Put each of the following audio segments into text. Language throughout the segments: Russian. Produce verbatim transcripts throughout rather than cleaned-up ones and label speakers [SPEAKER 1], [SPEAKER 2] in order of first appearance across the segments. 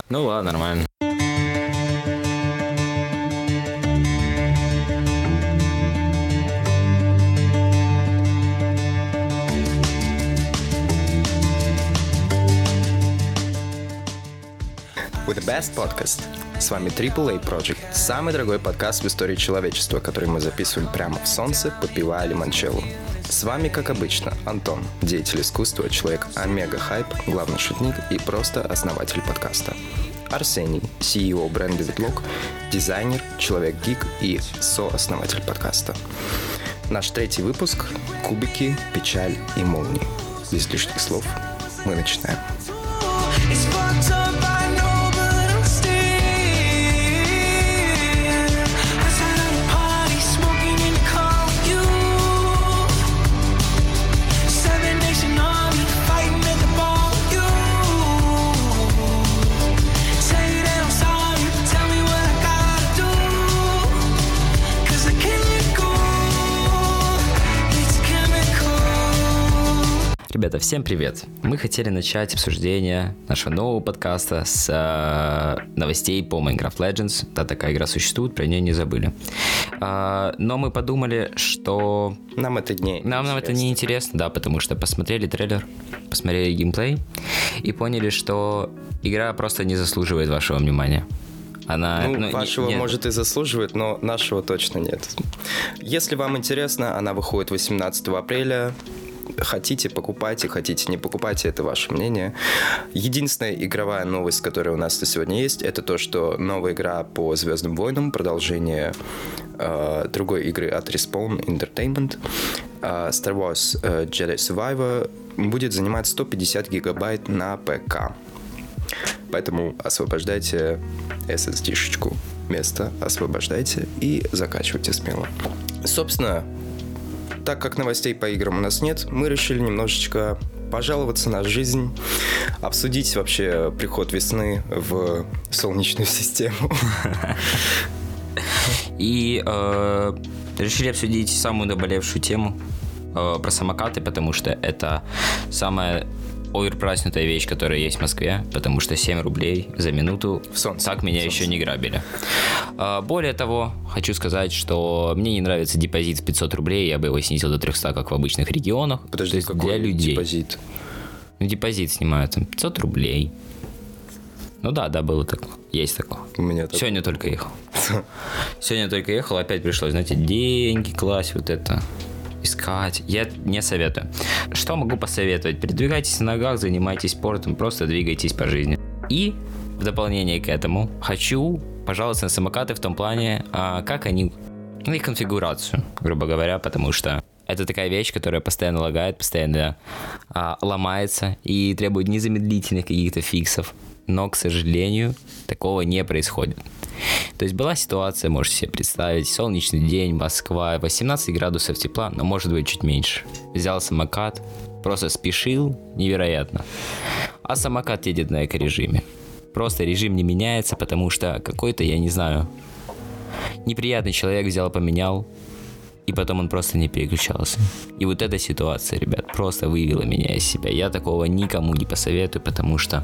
[SPEAKER 1] Ну ладно, нормально.
[SPEAKER 2] With the best podcast. С вами Triple A Project, самый дорогой подкаст в истории человечества, который мы записывали прямо в солнце, попивая лимончелло. С вами, как обычно, Антон, деятель искусства, человек омега-хайп, главный шутник и просто основатель подкаста. Арсений, си и о бренда Витлок, дизайнер, человек-гик и сооснователь подкаста. Наш третий выпуск – кубики, печаль и молнии. Без лишних слов мы начинаем.
[SPEAKER 1] Ребята, всем привет! Мы хотели начать обсуждение нашего нового подкаста с э, новостей по Minecraft Legends. Да, такая игра существует, про нее не забыли. Э, но мы подумали, что...
[SPEAKER 2] Нам это не
[SPEAKER 1] Нам, нам это не интересно, да, потому что посмотрели трейлер, посмотрели геймплей и поняли, что игра просто не заслуживает вашего внимания. Она,
[SPEAKER 2] ну,
[SPEAKER 1] ну,
[SPEAKER 2] вашего,
[SPEAKER 1] не,
[SPEAKER 2] может, и заслуживает, но нашего точно нет. Если вам интересно, она выходит восемнадцатого апреля. Хотите, покупайте, хотите, не покупайте, это ваше мнение. Единственная игровая новость, которая у нас на сегодня есть, это то, что новая игра по Звездным войнам, продолжение э, другой игры от Respawn Entertainment, э, Star Wars э, Jedi Survivor, будет занимать сто пятьдесят гигабайт на ПК. Поэтому освобождайте эс эс ди-шечку, место освобождайте и закачивайте смело. Собственно, так как новостей по играм у нас нет, мы решили немножечко пожаловаться на жизнь, обсудить вообще приход весны в Солнечную систему.
[SPEAKER 1] И э, решили обсудить самую наболевшую тему э, про самокаты, потому что это самая оверпраснутая вещь, которая есть в Москве, потому что семь рублей за минуту в солнце. Так меня еще не грабили. Более того, хочу сказать, что мне не нравится депозит в пятьсот рублей, я бы его снизил до триста, как в обычных регионах.
[SPEAKER 2] Подожди,
[SPEAKER 1] то есть
[SPEAKER 2] какой
[SPEAKER 1] для людей.
[SPEAKER 2] Депозит?
[SPEAKER 1] Ну, депозит снимают там пятьсот рублей. Ну да, да, было такое. Есть такое.
[SPEAKER 2] У меня
[SPEAKER 1] Сегодня так... только ехал. Сегодня только ехал, опять пришлось, знаете, деньги класть, вот это... искать. Я не советую. Что могу посоветовать? Передвигайтесь на ногах, занимайтесь спортом, просто двигайтесь по жизни. И в дополнение к этому хочу пожаловаться на самокаты в том плане, а, как они, на их конфигурацию, грубо говоря, потому что это такая вещь, которая постоянно лагает, постоянно а, ломается и требует незамедлительных каких-то фиксов. Но, к сожалению, такого не происходит. То есть была ситуация, можете себе представить, солнечный день, Москва, восемнадцать градусов тепла, но может быть чуть меньше. Взял самокат, просто спешил, невероятно. А самокат едет на эко-режиме. Просто режим не меняется, потому что какой-то, я не знаю, неприятный человек взял, поменял, и потом он просто не переключался. И вот эта ситуация, ребят, просто вывела меня из себя. Я такого никому не посоветую, потому что...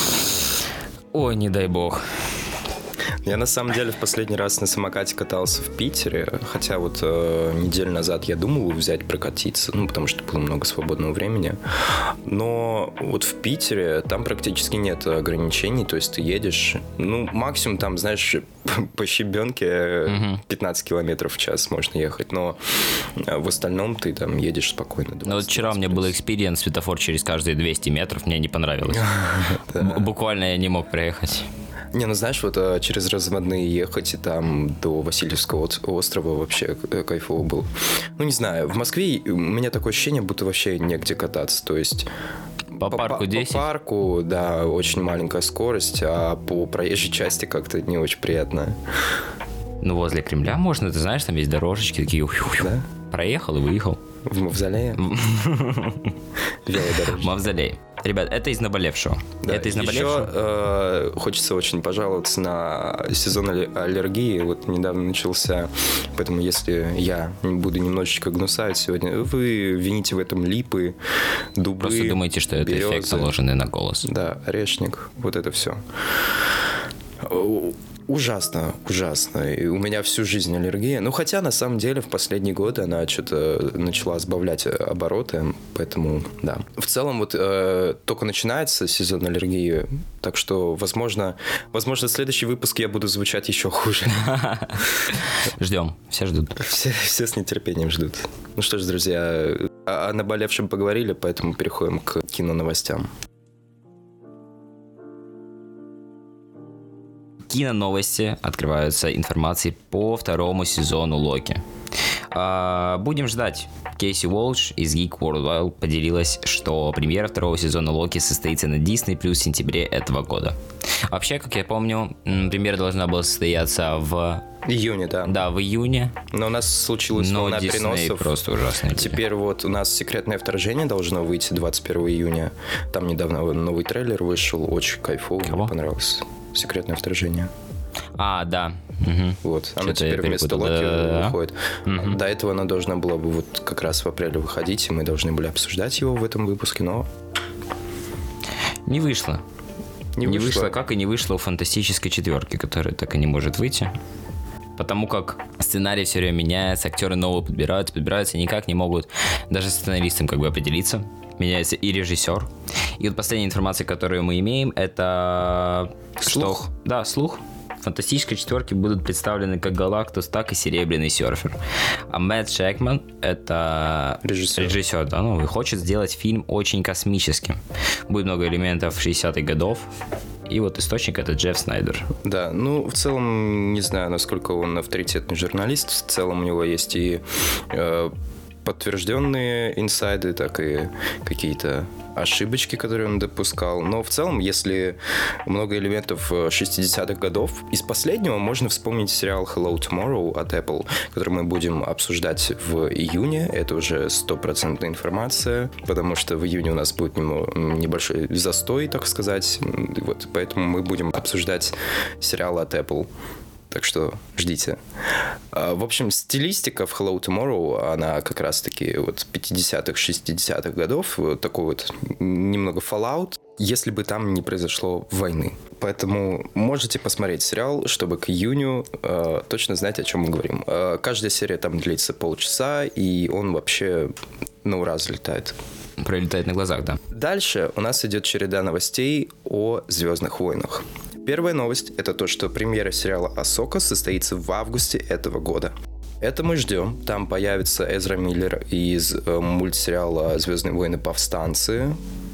[SPEAKER 1] Ой, не дай бог.
[SPEAKER 2] Я на самом деле в последний раз на самокате катался в Питере, хотя вот э, неделю назад я думал взять прокатиться, ну, потому что было много свободного времени, но вот в Питере там практически нет ограничений, то есть ты едешь, ну, максимум там, знаешь, по щебенке пятнадцать километров в час можно ехать, но в остальном ты там едешь спокойно.
[SPEAKER 1] Ну, вот вчера у меня был экспириенс, светофор через каждые двести метров, мне не понравилось. Буквально я не мог проехать.
[SPEAKER 2] Не, ну знаешь, вот а, через разводные ехать и там до Васильевского острова вообще кайфово было. Ну, не знаю, в Москве у меня такое ощущение, будто вообще негде кататься, то есть...
[SPEAKER 1] По, по парку десять?
[SPEAKER 2] По парку, да, очень маленькая скорость, а по проезжей части как-то не очень приятно.
[SPEAKER 1] Ну, возле Кремля можно, ты знаешь, там есть дорожечки такие,
[SPEAKER 2] да?
[SPEAKER 1] Проехал и выехал.
[SPEAKER 2] В Мавзолее? Велодорожки.
[SPEAKER 1] Мавзолей. Ребят, это из наболевшего.
[SPEAKER 2] Да,
[SPEAKER 1] это из наболевшего.
[SPEAKER 2] Еще э, хочется очень пожаловаться на сезон аллергии. Вот недавно начался. Поэтому если я буду немножечко гнусавить сегодня, вы вините в этом липы, дубы,
[SPEAKER 1] Просто думаете, что это
[SPEAKER 2] березы.
[SPEAKER 1] Эффект, наложенный на голос.
[SPEAKER 2] Да, орешник. Вот это все. Ужасно, ужасно. И у меня всю жизнь аллергия. Ну, хотя, на самом деле, в последние годы она что-то начала сбавлять обороты, поэтому, да. В целом, вот э, только начинается сезон аллергии, так что, возможно, возможно, следующий выпуск я буду звучать еще хуже.
[SPEAKER 1] Ждем, все ждут.
[SPEAKER 2] Все, все с нетерпением ждут. Ну что ж, друзья, о наболевшем поговорили, поэтому переходим к киноновостям.
[SPEAKER 1] Киноновости открываются информацией по второму сезону Локи. А, будем ждать. Кейси Уолш из Geek World поделилась, что премьера второго сезона Локи состоится на Disney Plus в сентябре этого года. Вообще, как я помню, премьера должна была состояться в...
[SPEAKER 2] Июне, да.
[SPEAKER 1] Да, в июне.
[SPEAKER 2] Но у нас случилась
[SPEAKER 1] Но
[SPEAKER 2] волна
[SPEAKER 1] Disney
[SPEAKER 2] переносов.
[SPEAKER 1] Просто ужасно.
[SPEAKER 2] Теперь вот у нас «Секретное вторжение» должно выйти двадцать первого июня. Там недавно новый трейлер вышел, очень кайфовый,
[SPEAKER 1] Кого?
[SPEAKER 2] мне понравился. «Секретное вторжение».
[SPEAKER 1] А, да. Угу.
[SPEAKER 2] Вот, оно
[SPEAKER 1] Что-то я
[SPEAKER 2] теперь вместо
[SPEAKER 1] перепутал.
[SPEAKER 2] Локи
[SPEAKER 1] Да-да-да.
[SPEAKER 2] выходит.
[SPEAKER 1] Мгм.
[SPEAKER 2] До этого она должна была бы вот как раз в апреле выходить, и мы должны были обсуждать его в этом выпуске, но
[SPEAKER 1] Не вышло.
[SPEAKER 2] не,
[SPEAKER 1] Не
[SPEAKER 2] вышло.
[SPEAKER 1] вышло, как и не вышло у «Фантастической четверки», которая так и не может выйти. Потому как сценарий все время меняется, актеры новые подбираются, подбираются, никак не могут даже с сценаристом как бы определиться. Меняется и режиссер. И вот последняя информация, которую мы имеем, это...
[SPEAKER 2] Слух.
[SPEAKER 1] Что... Да, слух. В «Фантастической четверке» будут представлены как Галактус, так и Серебряный серфер. А Мэтт Шекман — это
[SPEAKER 2] Режиссер.
[SPEAKER 1] режиссер, да, ну, и хочет сделать фильм очень космическим. Будет много элементов шестидесятых годов. И вот источник — это Джефф Снайдер.
[SPEAKER 2] Да, ну, в целом, не знаю, насколько он авторитетный журналист. В целом у него есть и э, подтвержденные инсайды, так и какие-то ошибочки, которые он допускал. Но в целом, если много элементов шестидесятых годов, из последнего можно вспомнить сериал Hello Tomorrow от Apple, который мы будем обсуждать в июне. Это уже стопроцентная информация, потому что в июне у нас будет небольшой застой, так сказать. Вот, поэтому мы будем обсуждать сериал от Apple. Так что ждите. В общем, стилистика в Hello Tomorrow, она как раз-таки вот пятидесятых, шестидесятых годов, вот такой вот немного Fallout, если бы там не произошло войны. Поэтому можете посмотреть сериал, чтобы к июню э, точно знать, о чем мы говорим. Э, каждая серия там длится полчаса, и он вообще на ура залетает.
[SPEAKER 1] Пролетает на глазах, да.
[SPEAKER 2] Дальше у нас идет череда новостей о «Звездных войнах». Первая новость – это то, что премьера сериала «Асока» состоится в августе этого года. Это мы ждем. Там появится Эзра Миллер из э, мультсериала «Звездные войны. Повстанцы».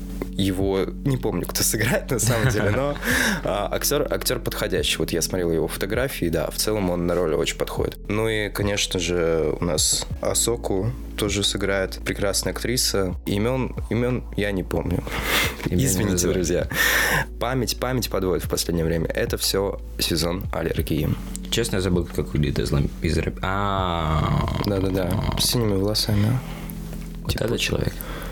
[SPEAKER 2] Его не помню, кто сыграет на самом деле, но а, актер, актер подходящий. Вот я смотрел его фотографии, да, в целом он на роль очень подходит. Ну и, конечно же, у нас Асоку тоже сыграет прекрасная актриса. Имен, имен я не помню.
[SPEAKER 1] Имен
[SPEAKER 2] Извините,
[SPEAKER 1] не
[SPEAKER 2] друзья. Память, память подводит в последнее время. Это все сезон аллергии.
[SPEAKER 1] Честно, я забыл, как выглядит из лам- из рэп. А,
[SPEAKER 2] Да-да-да, с синими волосами.
[SPEAKER 1] вот этот человек.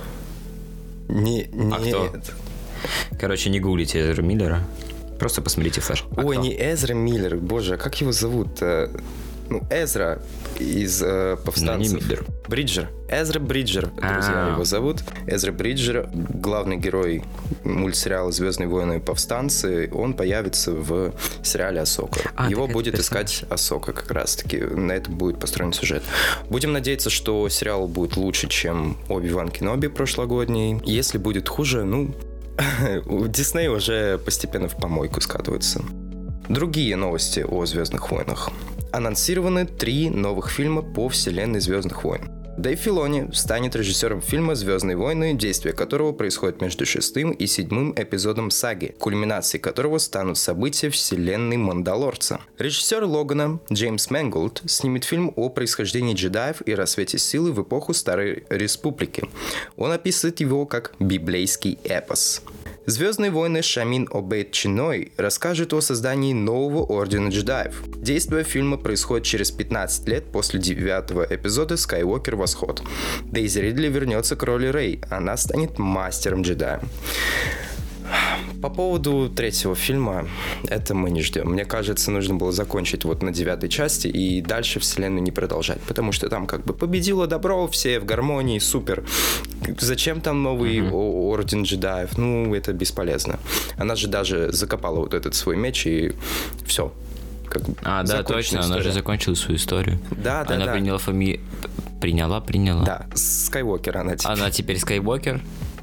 [SPEAKER 2] Не, не
[SPEAKER 1] А кто?
[SPEAKER 2] этот.
[SPEAKER 1] Короче, не гуглите Эзру Миллера. Просто посмотрите флэш. А
[SPEAKER 2] Ой,
[SPEAKER 1] кто?
[SPEAKER 2] не Эзра Миллер, боже, а как его зовут? Ну, Эзра из э, «Повстанцев».
[SPEAKER 1] Ну, не Миллер.
[SPEAKER 2] Бриджер. Эзра Бриджер, друзья,
[SPEAKER 1] А.
[SPEAKER 2] его зовут. Эзра Бриджер, главный герой мультсериала «Звездные войны. Повстанцы», он появится в сериале «Асока».
[SPEAKER 1] А,
[SPEAKER 2] Его
[SPEAKER 1] так это
[SPEAKER 2] будет
[SPEAKER 1] персонаж.
[SPEAKER 2] искать Асока как раз-таки. На этом будет построен сюжет. Будем надеяться, что сериал будет лучше, чем «Оби-Ван Кеноби» прошлогодний. Если будет хуже, ну... Дисней уже постепенно в помойку скатывается. Другие новости о «Звездных войнах». Анонсированы три новых фильма по вселенной «Звездных войн». Дэйв Филони станет режиссером фильма «Звездные войны», действие которого происходит между шестым и седьмым эпизодом саги, кульминацией которого станут события вселенной Мандалорца. Режиссер Логана Джеймс Мэнголд снимет фильм о происхождении джедаев и рассвете силы в эпоху Старой Республики. Он описывает его как библейский эпос. «Звездные войны» Шамин Обейд-Чиной расскажет о создании нового ордена джедаев. Действие фильма происходит через пятнадцать лет после девятого эпизода «Скайуокер. Восход». Дейзи Ридли вернется к роли Рей, она станет мастером джедаем. По поводу третьего фильма, это мы не ждем. Мне кажется, нужно было закончить вот на девятой части и дальше вселенную не продолжать, потому что там как бы победило добро, все в гармонии, супер. Зачем там новый mm-hmm. орден джедаев? Ну, это бесполезно. Она же даже закопала вот этот свой меч и все. Как
[SPEAKER 1] а, да, точно, история. Она же закончила свою историю.
[SPEAKER 2] Да, да,
[SPEAKER 1] она
[SPEAKER 2] да.
[SPEAKER 1] приняла фамилию... Приняла, приняла.
[SPEAKER 2] Да, Скайуокер она теперь.
[SPEAKER 1] Она теперь Скайуокер.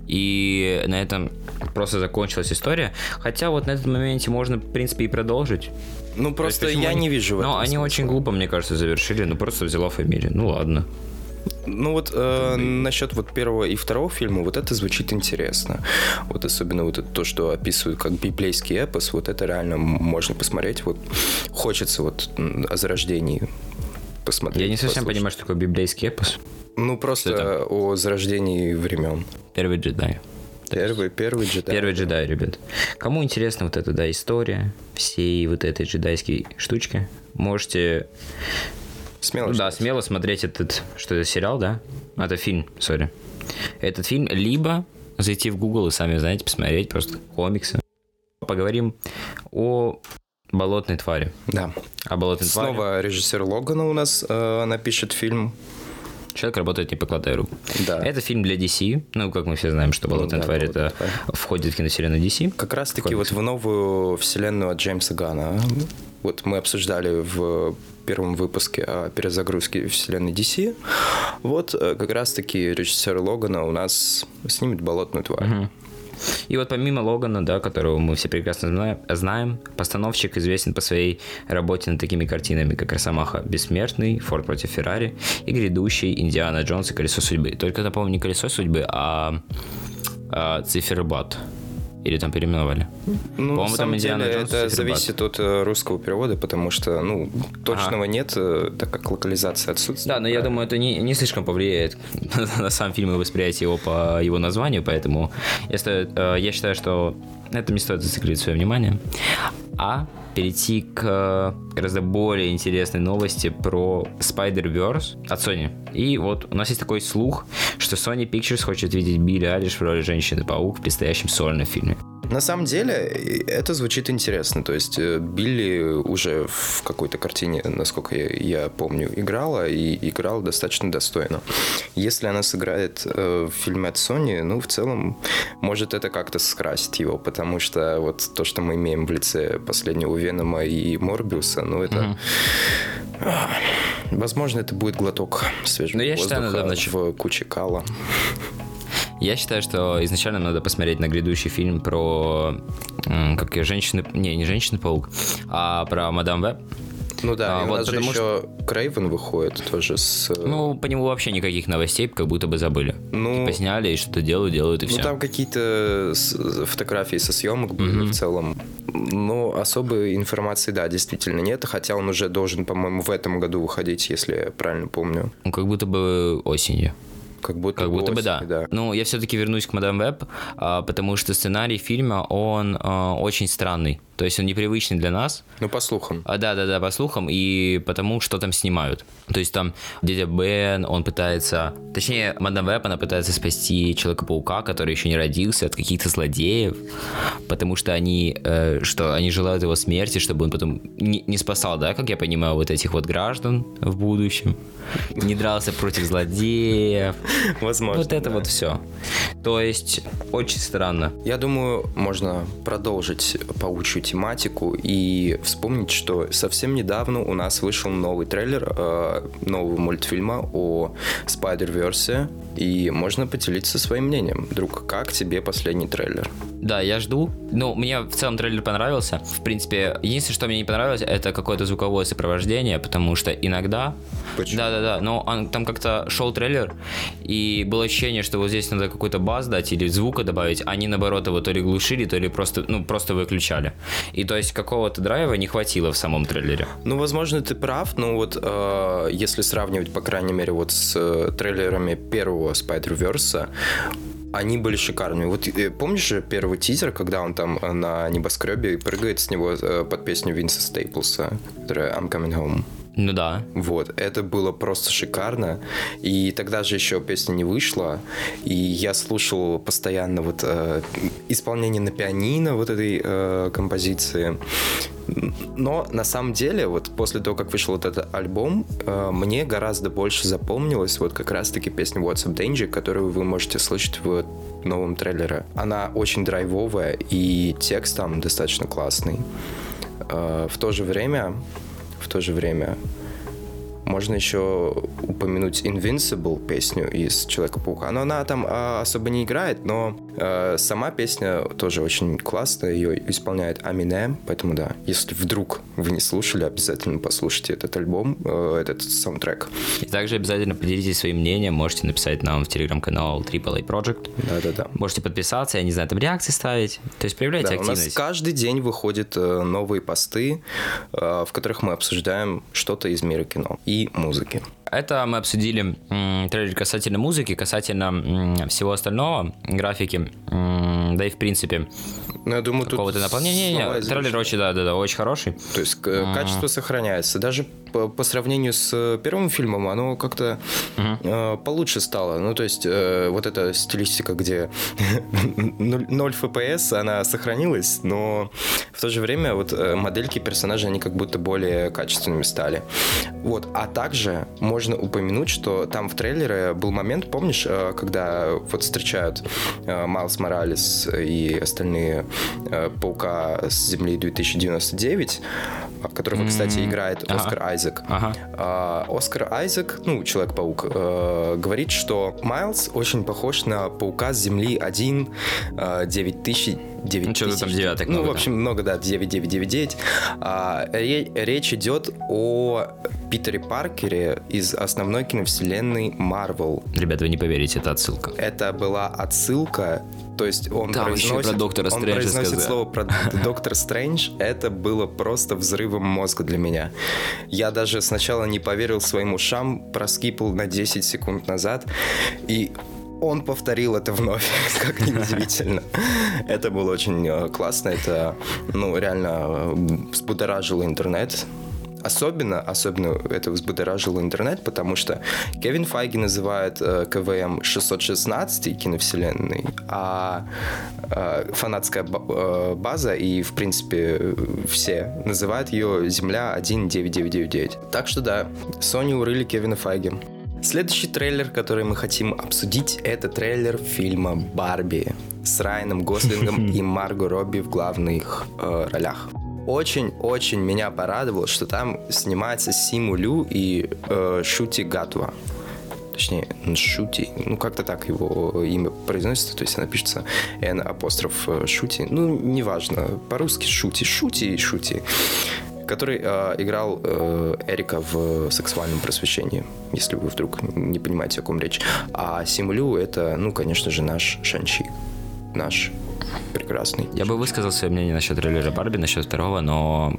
[SPEAKER 1] И на этом просто закончилась история. Хотя вот на этом моменте можно, в принципе, и продолжить.
[SPEAKER 2] Ну, просто есть, я
[SPEAKER 1] они...
[SPEAKER 2] не вижу в этом
[SPEAKER 1] Ну, они
[SPEAKER 2] смысла.
[SPEAKER 1] Очень глупо, мне кажется, завершили. Ну, просто взяла фамилию. Ну, ладно.
[SPEAKER 2] Ну вот э, насчет вот первого и второго фильма, вот это звучит интересно. Вот особенно вот это то, что описывают как библейский эпос, вот это реально можно посмотреть. Вот хочется вот о зарождении посмотреть.
[SPEAKER 1] Я не совсем
[SPEAKER 2] послушать.
[SPEAKER 1] понимаю, что такое библейский эпос.
[SPEAKER 2] Ну просто о зарождении времен.
[SPEAKER 1] Первый джедай.
[SPEAKER 2] Первый, первый джедай.
[SPEAKER 1] Первый джедай, ребят. Кому интересна вот эта, да, история всей вот этой джедайской штучки, можете...
[SPEAKER 2] Смело.
[SPEAKER 1] Да, смело смотреть этот, что это сериал, да? Это фильм, сори. Этот фильм, либо зайти в Google и сами, знаете, посмотреть просто комиксы. Поговорим о болотной твари.
[SPEAKER 2] Да.
[SPEAKER 1] О болотной
[SPEAKER 2] Снова твари. Снова режиссер Логана у нас э, напишет фильм.
[SPEAKER 1] Человек работает, не покладая рук.
[SPEAKER 2] Да.
[SPEAKER 1] Это фильм для ди си. Ну, как мы все знаем, что «Болотная ну, да, тварь» это тварь. Входит в киновселенную ди си.
[SPEAKER 2] Как раз-таки вот в новую вселенную от Джеймса Ганна. Вот мы обсуждали в первом выпуске о перезагрузке вселенной ди си. Вот как раз-таки режиссер Логана у нас снимет «Болотную тварь».
[SPEAKER 1] Угу. И вот помимо Логана, да, которого мы все прекрасно знаем, постановщик известен по своей работе над такими картинами, как «Росомаха Бессмертный», «Форд против Феррари» и грядущий «Индиана Джонс и Колесо судьбы». Только это, по-моему, не «Колесо судьбы», а, а «Циферблат». Или там переименовали?
[SPEAKER 2] Ну, на самом деле, это зависит от русского перевода, потому что, ну, точного ага. нет, так как локализация отсутствует.
[SPEAKER 1] Да, но я думаю, это не, не слишком повлияет на сам фильм и восприятие его по его названию, поэтому если, я считаю, что это не стоит зацикливать свое внимание, а перейти к гораздо более интересной новости про Spider-Verse от Sony. И вот у нас есть такой слух, что Sony Pictures хочет видеть Билли Айлиш в роли Женщины-паук в предстоящем сольном фильме.
[SPEAKER 2] На самом деле, это звучит интересно. То есть, Билли уже в какой-то картине, насколько я, я помню, играла, и играла достаточно достойно. Если она сыграет э, в фильме от Sony, ну, в целом, может это как-то скрасить его, потому что вот то, что мы имеем в лице последнего Венома и Морбиуса, ну, это... Mm-hmm. Возможно, это будет глоток свежего
[SPEAKER 1] я
[SPEAKER 2] воздуха
[SPEAKER 1] считаю, надо
[SPEAKER 2] в куче кала.
[SPEAKER 1] Я считаю, что изначально надо посмотреть на грядущий фильм про как я, женщины... Не, не Женщина-паук, а про Мадам Веб.
[SPEAKER 2] Ну да, а, и вот, у нас же еще
[SPEAKER 1] что...
[SPEAKER 2] Крейвен выходит тоже с...
[SPEAKER 1] Ну, по нему вообще никаких новостей как будто бы забыли. Ну, типа сняли и что-то делают, делают и
[SPEAKER 2] ну,
[SPEAKER 1] все.
[SPEAKER 2] Ну, там какие-то фотографии со съемок были mm-hmm. в целом. Но особой информации, да, действительно нет. Хотя он уже должен, по-моему, в этом году выходить, если я правильно помню.
[SPEAKER 1] Ну, как будто бы осенью.
[SPEAKER 2] Как будто,
[SPEAKER 1] как будто
[SPEAKER 2] осень,
[SPEAKER 1] бы да.
[SPEAKER 2] да.
[SPEAKER 1] Ну, я все-таки вернусь к Мадам Веб, а, потому что сценарий фильма, он а, очень странный. То есть он непривычный для нас.
[SPEAKER 2] Ну, по слухам.
[SPEAKER 1] А, да, да, да, по слухам, и потому что там снимают. То есть там дядя Бен, он пытается... Точнее, Мадам Веб, она пытается спасти Человека-паука, который еще не родился, от каких-то злодеев, потому что они, э, что они желают его смерти, чтобы он потом не, не спасал, да, как я понимаю, вот этих вот граждан в будущем. Не дрался против злодеев.
[SPEAKER 2] Возможно.
[SPEAKER 1] Вот это
[SPEAKER 2] да.
[SPEAKER 1] вот все. То есть очень странно.
[SPEAKER 2] Я думаю, можно продолжить паучью тематику и вспомнить, что совсем недавно у нас вышел новый трейлер э, нового мультфильма о Spider-Verse, и можно поделиться своим мнением. Друг, как тебе последний трейлер?
[SPEAKER 1] Да, я жду. Ну, мне в целом трейлер понравился. В принципе, единственное, что мне не понравилось, это какое-то звуковое сопровождение, потому что иногда...
[SPEAKER 2] Почему?
[SPEAKER 1] Да-да-да, но он, там как-то шел трейлер, и было ощущение, что вот здесь надо какой-то бас дать или звука добавить, они, наоборот, его то ли глушили, то ли просто, ну, просто выключали. И то есть какого-то драйва не хватило в самом трейлере.
[SPEAKER 2] Ну, возможно, ты прав, но вот э, если сравнивать, по крайней мере, вот с э, трейлерами первого Spider-Verse, они были шикарными. Вот помнишь же первый тизер, когда он там на небоскребе прыгает с него под песню Винса Стейплса, которая I'm Coming Home?
[SPEAKER 1] Ну да.
[SPEAKER 2] Вот, это было просто шикарно. И тогда же еще песня не вышла, и я слушал постоянно вот э, исполнение на пианино вот этой э, композиции. Но на самом деле, вот после того, как вышел вот этот альбом, э, мне гораздо больше запомнилась вот как раз-таки песня What's Up Danger, которую вы можете слышать в новом трейлере. Она очень драйвовая, и текст там достаточно классный. Э, в то же время, в то же время можно еще упомянуть Invincible, песню из Человека-паука. Но она там а, особо не играет, но а, сама песня тоже очень классная. Ее исполняет Eminem, поэтому да, если вдруг вы не слушали, обязательно послушайте этот альбом, э, этот саундтрек.
[SPEAKER 1] И также обязательно поделитесь своим мнением, можете написать нам в телеграм-канал Triple A Project.
[SPEAKER 2] Да-да-да.
[SPEAKER 1] Можете подписаться, я не знаю, там реакции ставить. То есть проявляйте
[SPEAKER 2] да,
[SPEAKER 1] активность.
[SPEAKER 2] У нас каждый день выходят э, новые посты, э, в которых мы обсуждаем что-то из мира кино и музыки.
[SPEAKER 1] Это мы обсудили м, трейлер касательно музыки, касательно м, всего остального, графики, м, да и в принципе
[SPEAKER 2] ну, я думаю,
[SPEAKER 1] какого-то наполнения. Трейлер очень, да, да, да, очень хороший.
[SPEAKER 2] То есть mm. качество сохраняется. Даже по, по сравнению с первым фильмом оно как-то mm-hmm. э, получше стало. Ну, то есть э, вот эта стилистика, где ноль эф пи эс, она сохранилась, но в то же время вот модельки персонажей, они как будто более качественными стали. Вот. А также можно упомянуть, что там в трейлере был момент, помнишь, когда вот встречают Майлз Моралес и остальные Паука с Земли две тысячи девяносто девять, которого, кстати, играет
[SPEAKER 1] ага.
[SPEAKER 2] Оскар Айзек.
[SPEAKER 1] Ага.
[SPEAKER 2] А, Оскар Айзек, ну, Человек-паук, э, говорит, что Майлз очень похож на Паука с Земли один, девять тысяч, девять тысяч.
[SPEAKER 1] Ну, что-то там девяток
[SPEAKER 2] Ну,
[SPEAKER 1] много,
[SPEAKER 2] в общем,
[SPEAKER 1] да.
[SPEAKER 2] много, да, девять девять девять девять. А, речь идет о Питере Паркере из основной киновселенной Марвел.
[SPEAKER 1] Ребята, вы не поверите, это отсылка.
[SPEAKER 2] Это была отсылка. То есть он
[SPEAKER 1] да,
[SPEAKER 2] произносит,
[SPEAKER 1] про Доктора
[SPEAKER 2] он
[SPEAKER 1] Стрэнджа
[SPEAKER 2] произносит
[SPEAKER 1] сказал.
[SPEAKER 2] слово про Доктор Стрэндж. Это было просто взрывом мозга для меня. Я даже сначала не поверил своим ушам, проскипал на десять секунд назад, и он повторил это вновь, как ни удивительно. Это было очень классно, это, ну, реально взбудоражило интернет. Особенно, особенно это взбудоражило интернет, потому что Кевин Файги называет э, КВМ шестьсот шестнадцать киновселенной, а э, фанатская э, база и, в принципе, все называют ее Земля один девять девять девять девять. Так что да, Sony урыли Кевина Файги. Следующий трейлер, который мы хотим обсудить, это трейлер фильма «Барби» с Райаном Гослингом и Марго Робби в главных э, ролях. Очень-очень меня порадовало, что там снимается Симу Лю и э, Шути Гатва. Точнее, Шути, ну как-то так его имя произносится, то есть она пишется Н апостроф Шути, ну неважно, по-русски Шути, Шути и Шути, который э, играл э, Эрика в «Сексуальном просвещении», если вы вдруг не понимаете, о ком речь. А Симу Лю — это, ну, конечно же, наш Шан-Чи, наш прекрасный.
[SPEAKER 1] Я бы высказал свое мнение насчет трейлера Барби, насчет второго, но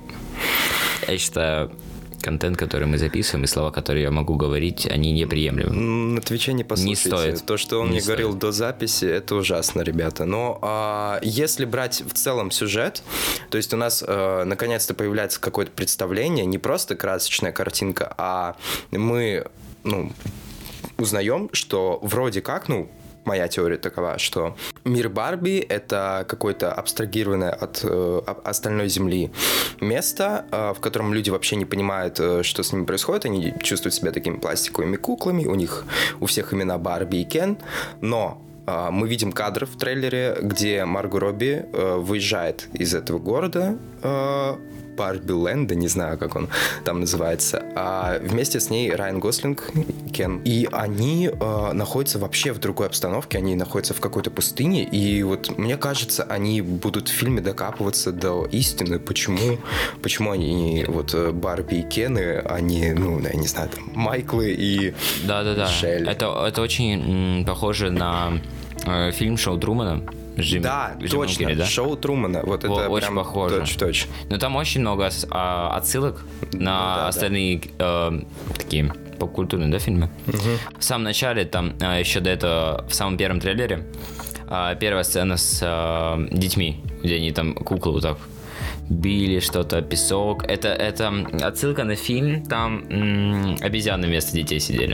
[SPEAKER 1] я считаю, контент, который мы записываем, и слова, которые я могу говорить, они неприемлемы.
[SPEAKER 2] На Твиче не послушайте.
[SPEAKER 1] Не стоит.
[SPEAKER 2] То, что он
[SPEAKER 1] не
[SPEAKER 2] мне
[SPEAKER 1] стоит.
[SPEAKER 2] говорил до записи, это ужасно, ребята. Но а, если брать в целом сюжет, то есть у нас а, наконец-то появляется какое-то представление, не просто красочная картинка, а мы, ну, узнаем, что вроде как, ну, моя теория такова, что мир Барби — это какое-то абстрагированное от э, остальной Земли место, э, в котором люди вообще не понимают, э, что с ними происходит. Они чувствуют себя такими пластиковыми куклами. У них у всех имена Барби и Кен. Но э, мы видим кадр в трейлере, где Марго Робби э, выезжает из этого города, э, Барби Ленда, не знаю, как он там называется, а вместе с ней Райан Гослинг, Кен. И они э, находятся вообще в другой обстановке, они находятся в какой-то пустыне, и вот мне кажется, они будут в фильме докапываться до истины, почему, почему они, вот, Барби и Кены, они, ну, я не знаю, там, Майклы и
[SPEAKER 1] Да-да-да, это, это очень м, похоже на э, фильм «Шоу Трумана». Джим,
[SPEAKER 2] да,
[SPEAKER 1] Джим
[SPEAKER 2] точно,
[SPEAKER 1] Керри, да?
[SPEAKER 2] Шоу Трумана. Вот
[SPEAKER 1] О,
[SPEAKER 2] это
[SPEAKER 1] очень
[SPEAKER 2] прям
[SPEAKER 1] похоже.
[SPEAKER 2] точь-в-точь.
[SPEAKER 1] Но там очень много а, отсылок на
[SPEAKER 2] ну, да,
[SPEAKER 1] остальные э, такие поп-культурные, да, фильмы.
[SPEAKER 2] Угу.
[SPEAKER 1] В самом начале, там а, еще до этого, в самом первом трейлере, а, первая сцена с а, детьми, где они там куклы вот так били что-то, песок. Это, это отсылка на фильм, там м- обезьяны вместо детей сидели.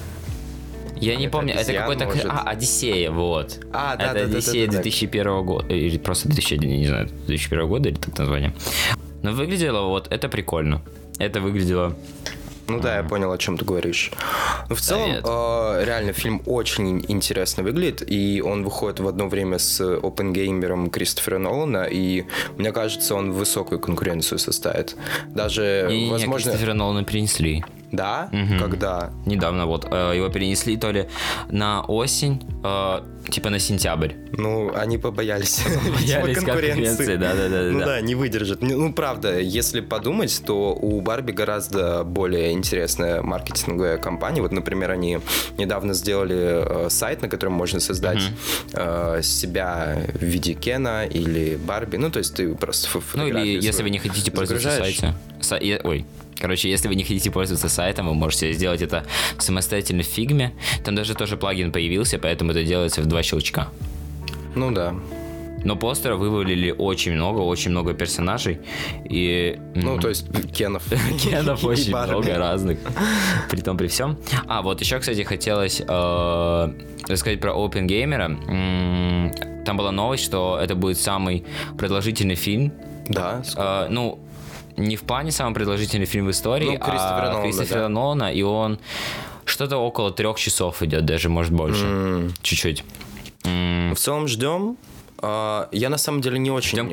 [SPEAKER 1] Я не
[SPEAKER 2] это
[SPEAKER 1] помню, это какой-то...
[SPEAKER 2] может...
[SPEAKER 1] А, Одиссея, вот.
[SPEAKER 2] А, да,
[SPEAKER 1] это
[SPEAKER 2] да,
[SPEAKER 1] Одиссея
[SPEAKER 2] да, да, да,
[SPEAKER 1] две тысячи первого года, или просто две тысячи, не знаю, две тысячи первого года, или так название. Но выглядело вот, это прикольно. Это выглядело...
[SPEAKER 2] Ну да, я понял, о чем ты говоришь. Ну, в целом, э, реально, фильм очень интересно выглядит, и он выходит в одно время с опенгеймером Кристофера Нолана, и мне кажется, он высокую конкуренцию составит. Даже,
[SPEAKER 1] не,
[SPEAKER 2] возможно...
[SPEAKER 1] Кристофера Нолана перенесли.
[SPEAKER 2] Да?
[SPEAKER 1] Угу.
[SPEAKER 2] Когда?
[SPEAKER 1] Недавно вот. Э, его перенесли то ли на осень, э, типа на сентябрь.
[SPEAKER 2] Ну, они побоялись.
[SPEAKER 1] Побоялись конкуренции, да-да-да.
[SPEAKER 2] Ну да, не выдержат. Ну, правда, если подумать, то у Барби гораздо более интересная маркетинговая кампания. Вот, например, они недавно сделали э, сайт, на котором можно создать uh-huh. э, себя в виде Кена или Барби. Ну, то есть ты просто фотографию.
[SPEAKER 1] Ну, или если вы не хотите пользоваться сайтом. Са- ой. Короче, если вы не хотите пользоваться сайтом, вы можете сделать это самостоятельно в фигме. Там даже тоже плагин появился, поэтому это делается в два щелчка.
[SPEAKER 2] Ну да.
[SPEAKER 1] Но постера вывалили очень много, очень много персонажей. И...
[SPEAKER 2] Ну, то есть Кенов.
[SPEAKER 1] Кенов очень много разных. При том, при всем. А, вот еще, кстати, хотелось рассказать про OpenGamer. Там была новость, что это будет самый продолжительный фильм.
[SPEAKER 2] Да.
[SPEAKER 1] Ну, не в плане самый продолжительный фильм в истории,
[SPEAKER 2] ну, Кристофера
[SPEAKER 1] а
[SPEAKER 2] Нолана,
[SPEAKER 1] Кристофера
[SPEAKER 2] да.
[SPEAKER 1] Нолана, и он что-то около трех часов идет, даже, может, больше. Mm. Чуть-чуть.
[SPEAKER 2] Mm. В целом ждем. Я на самом деле не очень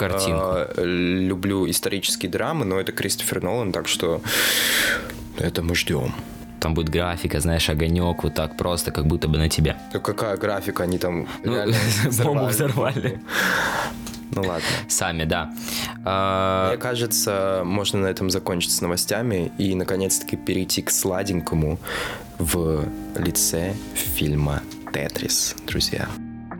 [SPEAKER 2] люблю исторические драмы, но это Кристофер Нолан, так что это мы ждем.
[SPEAKER 1] Там будет графика, знаешь, огонек вот так просто, как будто бы на тебя.
[SPEAKER 2] Ну, какая графика? Они там
[SPEAKER 1] ну,
[SPEAKER 2] реально
[SPEAKER 1] бомбу взорвали.
[SPEAKER 2] Ну ладно.
[SPEAKER 1] Сами, да.
[SPEAKER 2] Мне кажется, можно на этом закончить с новостями и наконец-таки перейти к сладенькому в лице фильма «Тетрис», друзья.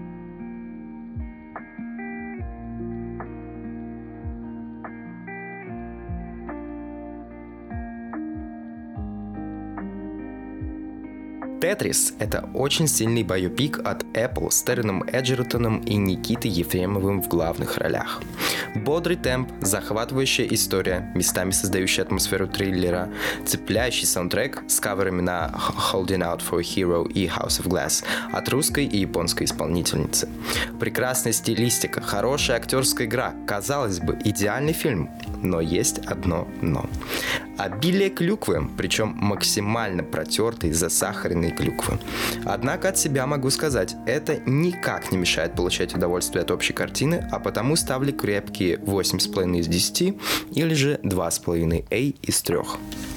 [SPEAKER 2] «Тетрис» — это очень сильный байопик от Apple с Терреном Эджертоном и Никитой Ефремовым в главных ролях. Бодрый темп, захватывающая история, местами создающая атмосферу триллера, цепляющий саундтрек с каверами на «Holding Out for a Hero» и «House of Glass» от русской и японской исполнительницы. Прекрасная стилистика, хорошая актерская игра, казалось бы, идеальный фильм, но есть одно «но». Обилие клюквы, причем максимально протертой, засахаренной клюквы. Однако от себя могу сказать, это никак не мешает получать удовольствие от общей картины, а потому ставлю крепкие восемь с половиной из десяти или же два с половиной A из трех.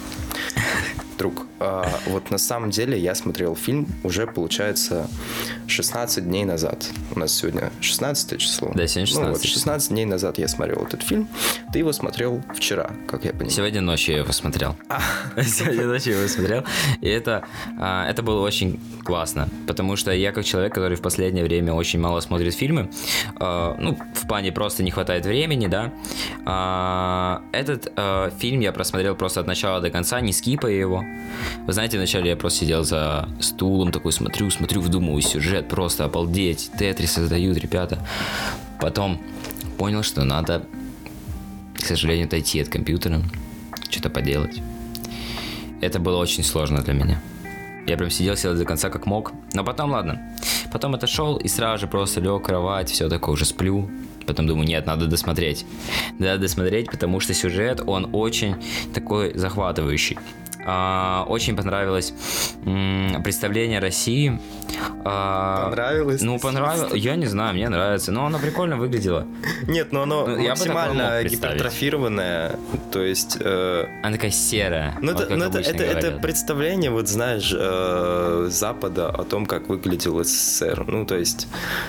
[SPEAKER 2] Друг, э, вот на самом деле я смотрел фильм уже, получается, шестнадцать дней назад. У нас сегодня шестнадцатое число.
[SPEAKER 1] Да, сегодня шестнадцатое.
[SPEAKER 2] Ну, вот, шестнадцать дней назад я смотрел этот фильм. Ты его смотрел вчера, как я понимаю.
[SPEAKER 1] Сегодня ночью я его смотрел.
[SPEAKER 2] А.
[SPEAKER 1] Сегодня ночью я его смотрел. И это, это было очень классно. Потому что я как человек, который в последнее время очень мало смотрит фильмы, ну, в плане просто не хватает времени, да. Этот фильм я просмотрел просто от начала до конца, не скипая его. Вы знаете, вначале я просто сидел за стулом, такой смотрю, смотрю, вдумываю сюжет, просто обалдеть, Тетрис создают ребята. Потом понял, что надо, к сожалению, отойти от компьютера, что-то поделать. Это было очень сложно для меня. Я прям сидел, сидел до конца как мог. Но потом, ладно. Потом отошел и сразу же просто лег в кровать, все такое, уже сплю. Потом думаю, нет, надо досмотреть. Надо досмотреть, потому что сюжет, он очень такой захватывающий. А, очень понравилось м, представление России. А,
[SPEAKER 2] понравилось?
[SPEAKER 1] Ну, понравилось. Я не знаю, мне нравится. Но оно прикольно выглядело.
[SPEAKER 2] Нет, но оно ну, максимально гипертрофированное. То есть... Э...
[SPEAKER 1] Она такая серая.
[SPEAKER 2] Ну,
[SPEAKER 1] вот
[SPEAKER 2] это, ну это, это, это представление, вот знаешь, э, Запада о том, как выглядел СССР. Ну, то есть...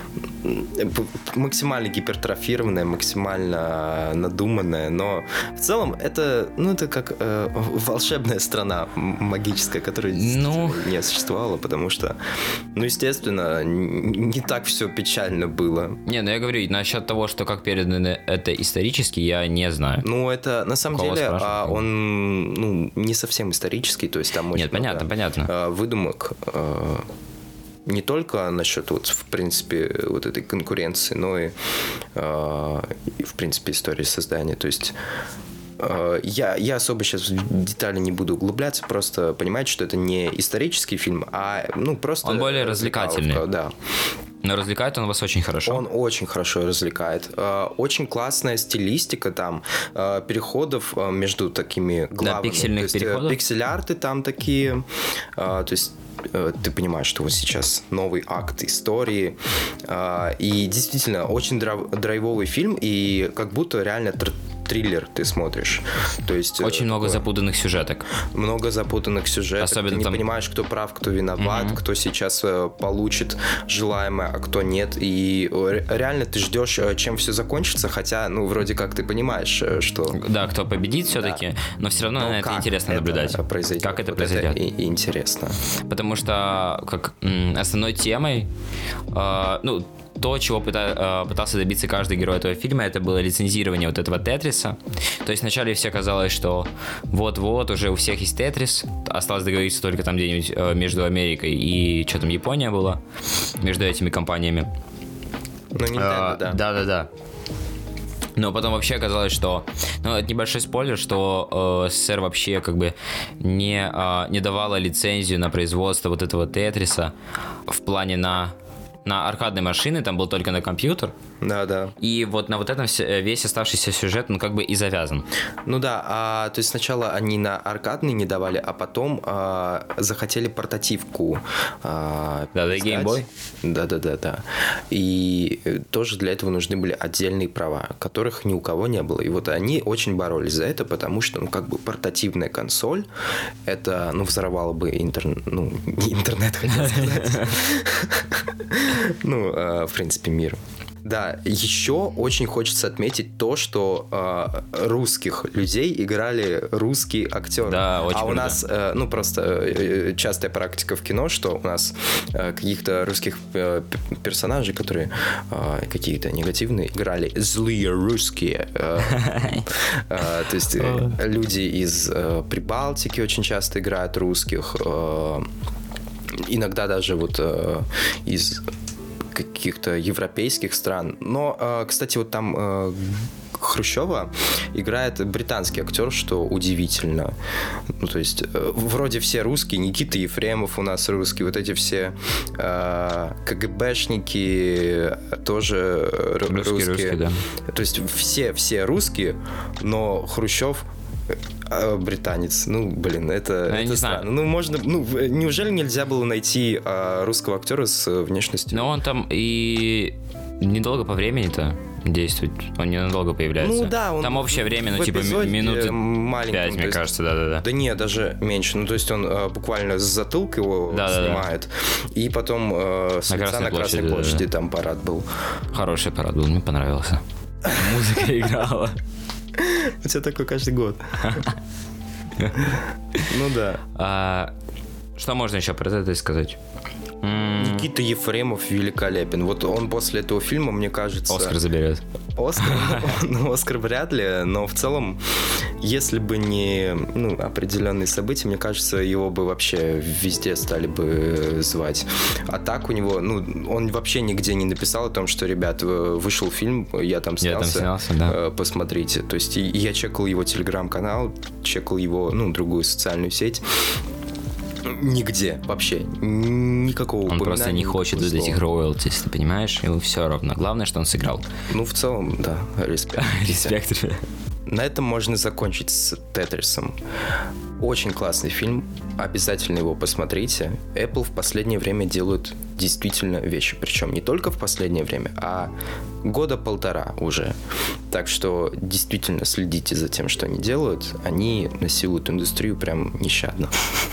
[SPEAKER 2] максимально гипертрофированное, максимально надуманное, но в целом это, ну, это как э, волшебная страна магическая, которая
[SPEAKER 1] ну...
[SPEAKER 2] не существовала, потому что, ну, естественно, не так все печально было.
[SPEAKER 1] Не, ну я говорю, насчет того, что как передано это исторически, я не знаю.
[SPEAKER 2] Ну, это на самом деле а, он, ну, не совсем исторический, то есть там очень
[SPEAKER 1] Нет, понятно,
[SPEAKER 2] много
[SPEAKER 1] понятно.
[SPEAKER 2] выдумок. не только насчет, вот, в принципе, вот этой конкуренции, но и, э, и в принципе, истории создания. То есть э, я, я особо сейчас в детали не буду углубляться, просто понимаете, что это не исторический фильм, а ну, просто...
[SPEAKER 1] Он более развлекательный.
[SPEAKER 2] Да.
[SPEAKER 1] Но развлекает он вас очень хорошо.
[SPEAKER 2] Он очень хорошо развлекает. Очень классная стилистика там, переходов между такими главами.
[SPEAKER 1] Да, пиксельных
[SPEAKER 2] то есть,
[SPEAKER 1] переходов.
[SPEAKER 2] Пиксель-арты там такие. То есть ты понимаешь, что вот сейчас новый акт истории. И действительно, очень драйвовый фильм, и как будто реально триллер ты смотришь. То есть,
[SPEAKER 1] очень много
[SPEAKER 2] такое...
[SPEAKER 1] запутанных сюжеток.
[SPEAKER 2] Много запутанных сюжеток.
[SPEAKER 1] Особенно
[SPEAKER 2] ты
[SPEAKER 1] там...
[SPEAKER 2] не понимаешь, кто прав, кто виноват, mm-hmm. кто сейчас получит желаемое, а кто нет. И реально ты ждешь, чем все закончится, хотя, ну, вроде как ты понимаешь, что...
[SPEAKER 1] Да, кто победит все-таки, да. но все равно но на это интересно это наблюдать.
[SPEAKER 2] Произойдет.
[SPEAKER 1] Как это
[SPEAKER 2] вот
[SPEAKER 1] произойдет.
[SPEAKER 2] Это и, и интересно.
[SPEAKER 1] Потому что как м, основной темой, э, ну, то, чего пыта, пытался добиться каждый герой этого фильма, это было лицензирование вот этого Тетриса. То есть вначале все казалось, что вот-вот уже у всех есть Тетрис, осталось договориться только там где-нибудь между Америкой и что там, Япония была, между этими компаниями.
[SPEAKER 2] Ну, Nintendo,
[SPEAKER 1] а,
[SPEAKER 2] да.
[SPEAKER 1] Да-да-да. Но потом вообще оказалось, что... Ну, это небольшой спойлер, что э, СССР вообще как бы не, э, не давала лицензию на производство вот этого Тетриса в плане на... На аркадной машины, там был только на компьютер.
[SPEAKER 2] Да, да.
[SPEAKER 1] И вот на вот этом весь оставшийся сюжет, он как бы и завязан.
[SPEAKER 2] Ну да, а, то есть сначала они на аркадный не давали, а потом а, захотели портативку. А,
[SPEAKER 1] да, да, Game Boy.
[SPEAKER 2] Да, да, да, да. И тоже для этого нужны были отдельные права, которых ни у кого не было. И вот они очень боролись за это, потому что, ну, как бы портативная консоль, это, ну, взорвало бы интернет, ну, не интернет, хотел сказать. Ну, в принципе, мир. Да, еще очень хочется отметить то, что э, русских людей играли русские актеры.
[SPEAKER 1] Да, очень
[SPEAKER 2] А у
[SPEAKER 1] круто.
[SPEAKER 2] нас, э, ну, просто э, частая практика в кино, что у нас э, каких-то русских э, персонажей, которые э, какие-то негативные, играли злые русские. Э, э, то есть э, люди из э, Прибалтики очень часто играют русских. Э, иногда даже вот э, из... каких-то европейских стран. Но, кстати, вот там Хрущева играет британский актер, что удивительно. Ну, то есть, вроде все русские, Никита Ефремов у нас русский, вот эти все КГБшники тоже русские.
[SPEAKER 1] Русские, русские, да.
[SPEAKER 2] То есть, все, все русские, но Хрущев британец. Ну, блин, это, это
[SPEAKER 1] не
[SPEAKER 2] странно.
[SPEAKER 1] знаю.
[SPEAKER 2] Ну, можно. Ну, неужели нельзя было найти а, русского актера с внешностью?
[SPEAKER 1] Но он там и недолго по времени-то действует. Он ненадолго появляется.
[SPEAKER 2] Ну да, он
[SPEAKER 1] там общее время, ну, типа минуты пять, мне кажется, да-да-да.
[SPEAKER 2] Да не, даже меньше. Ну, то есть он а, буквально с затылка его
[SPEAKER 1] да,
[SPEAKER 2] снимает. Да, да. И потом а, с
[SPEAKER 1] на
[SPEAKER 2] лица
[SPEAKER 1] Красной
[SPEAKER 2] на Красной
[SPEAKER 1] площади,
[SPEAKER 2] площади
[SPEAKER 1] да, да.
[SPEAKER 2] там парад был.
[SPEAKER 1] Хороший парад был, мне понравился. Музыка играла.
[SPEAKER 2] У тебя такой каждый год. Ну да.
[SPEAKER 1] А, что можно еще про это сказать?
[SPEAKER 2] Никита Ефремов великолепен. Вот он после этого фильма, мне кажется...
[SPEAKER 1] Оскар заберет.
[SPEAKER 2] Оскар? Ну, Оскар вряд ли, но в целом, если бы не ну, определенные события, мне кажется, его бы вообще везде стали бы звать. А так у него, ну, он вообще нигде не написал о том, что, ребят, вышел фильм, я там снялся,
[SPEAKER 1] я там снялся, да.
[SPEAKER 2] Посмотрите. То есть я чекал его телеграм-канал, чекал его, ну, другую социальную сеть. Нигде вообще. Никакого упоминания.
[SPEAKER 1] Он просто не хочет из этих роялтис, ты понимаешь? Ему все равно. Главное, что он сыграл.
[SPEAKER 2] Ну, в целом, да. Респект.
[SPEAKER 1] Респект.
[SPEAKER 2] На этом можно закончить с Тетрисом. Очень классный фильм. Обязательно его посмотрите. Apple в последнее время делают действительно вещи. Причем не только в последнее время, а года полтора уже. Так что действительно следите за тем, что они делают. Они насилуют индустрию прям нещадно.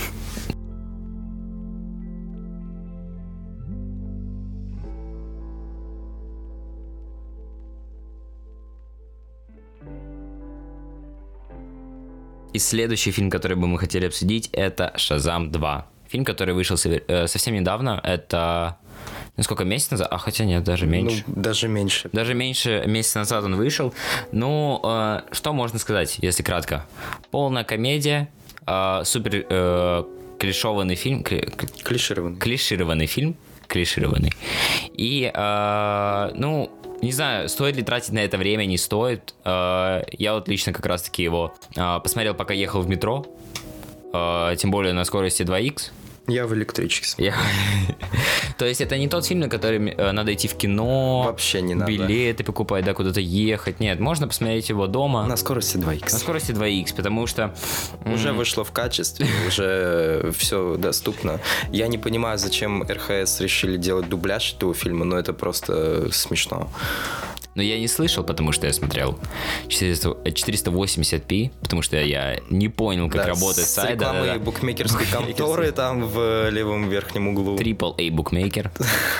[SPEAKER 1] И следующий фильм, который бы мы хотели обсудить, это «Шазам два». Фильм, который вышел совсем недавно. Это... Ну, сколько, месяц назад? А, хотя нет, даже меньше.
[SPEAKER 2] Ну, даже меньше.
[SPEAKER 1] Даже меньше месяца назад он вышел. Ну, э, что можно сказать, если кратко? Полная комедия, э, супер э, клишированный фильм. Кли...
[SPEAKER 2] Клишированный.
[SPEAKER 1] Клишированный фильм. клишированный. И, э, ну, не знаю, стоит ли тратить на это время, не стоит. Э, я вот лично как раз-таки его э, посмотрел, пока ехал в метро, э, тем более на скорости два икс.
[SPEAKER 2] Я в электричке.
[SPEAKER 1] Я... То есть это не тот фильм, на который э, надо идти в кино,
[SPEAKER 2] вообще не надо,
[SPEAKER 1] билеты покупать, да, куда-то ехать. Нет, можно посмотреть его дома.
[SPEAKER 2] На скорости два икс.
[SPEAKER 1] На скорости два икс, потому что...
[SPEAKER 2] Уже вышло в качестве, уже все доступно. Я не понимаю, зачем эр эйч эс решили делать дубляж этого фильма, но это просто смешно.
[SPEAKER 1] Но я не слышал, потому что я смотрел четыреста восемьдесят пи, потому что я не понял, как
[SPEAKER 2] да,
[SPEAKER 1] работает
[SPEAKER 2] с
[SPEAKER 1] сайт.
[SPEAKER 2] рекламой да, да, букмекерской конторы там в левом верхнем углу.
[SPEAKER 1] Triple A букмекер.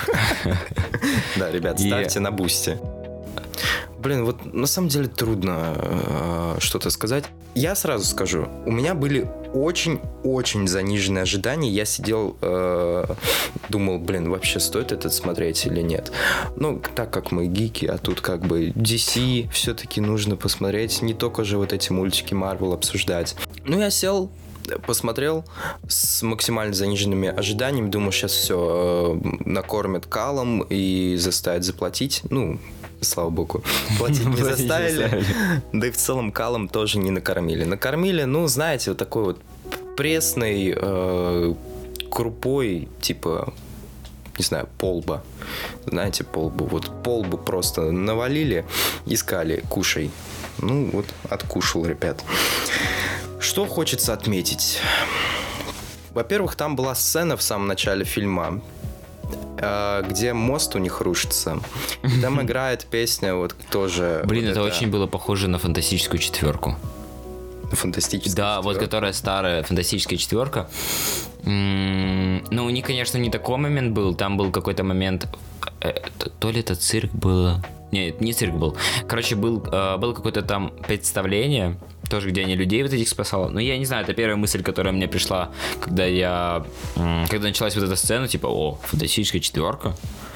[SPEAKER 2] Да, ребят, ставьте на бусте. Блин, вот на самом деле трудно э, что-то сказать. Я сразу скажу, у меня были очень-очень заниженные ожидания. Я сидел, э, думал, блин, вообще стоит этот смотреть или нет. Ну, так как мы гики, а тут как бы ди си все-таки нужно посмотреть. Не только же вот эти мультики Marvel обсуждать. Ну, я сел, посмотрел с максимально заниженными ожиданиями. Думаю, сейчас все э, накормят калом и заставят заплатить. Ну, слава богу, платить не заставили. Да и в целом калом тоже не накормили. Накормили, ну, знаете, вот такой вот пресной э, крупой, типа, не знаю, полба. Знаете, полбу. Вот полбу просто навалили, искали, кушай. Ну, вот откушал, ребят. Что хочется отметить? Во-первых, там была сцена в самом начале фильма, где мост у них рушится. И там играет песня вот тоже...
[SPEAKER 1] Блин,
[SPEAKER 2] вот
[SPEAKER 1] это, это очень было похоже на фантастическую четверку.
[SPEAKER 2] Фантастическая
[SPEAKER 1] Да,
[SPEAKER 2] четверка?
[SPEAKER 1] Вот которая старая фантастическая четверка. М-м, ну, у них, конечно, не такой момент был. Там был какой-то момент... Э, то ли это цирк было... Нет, не цирк был. Короче, был, э, было какое-то там представление, тоже где они людей вот этих спасало. Но я не знаю, это первая мысль, которая мне пришла, когда я... Э, когда началась вот эта сцена, типа, о, фантастическая четверка.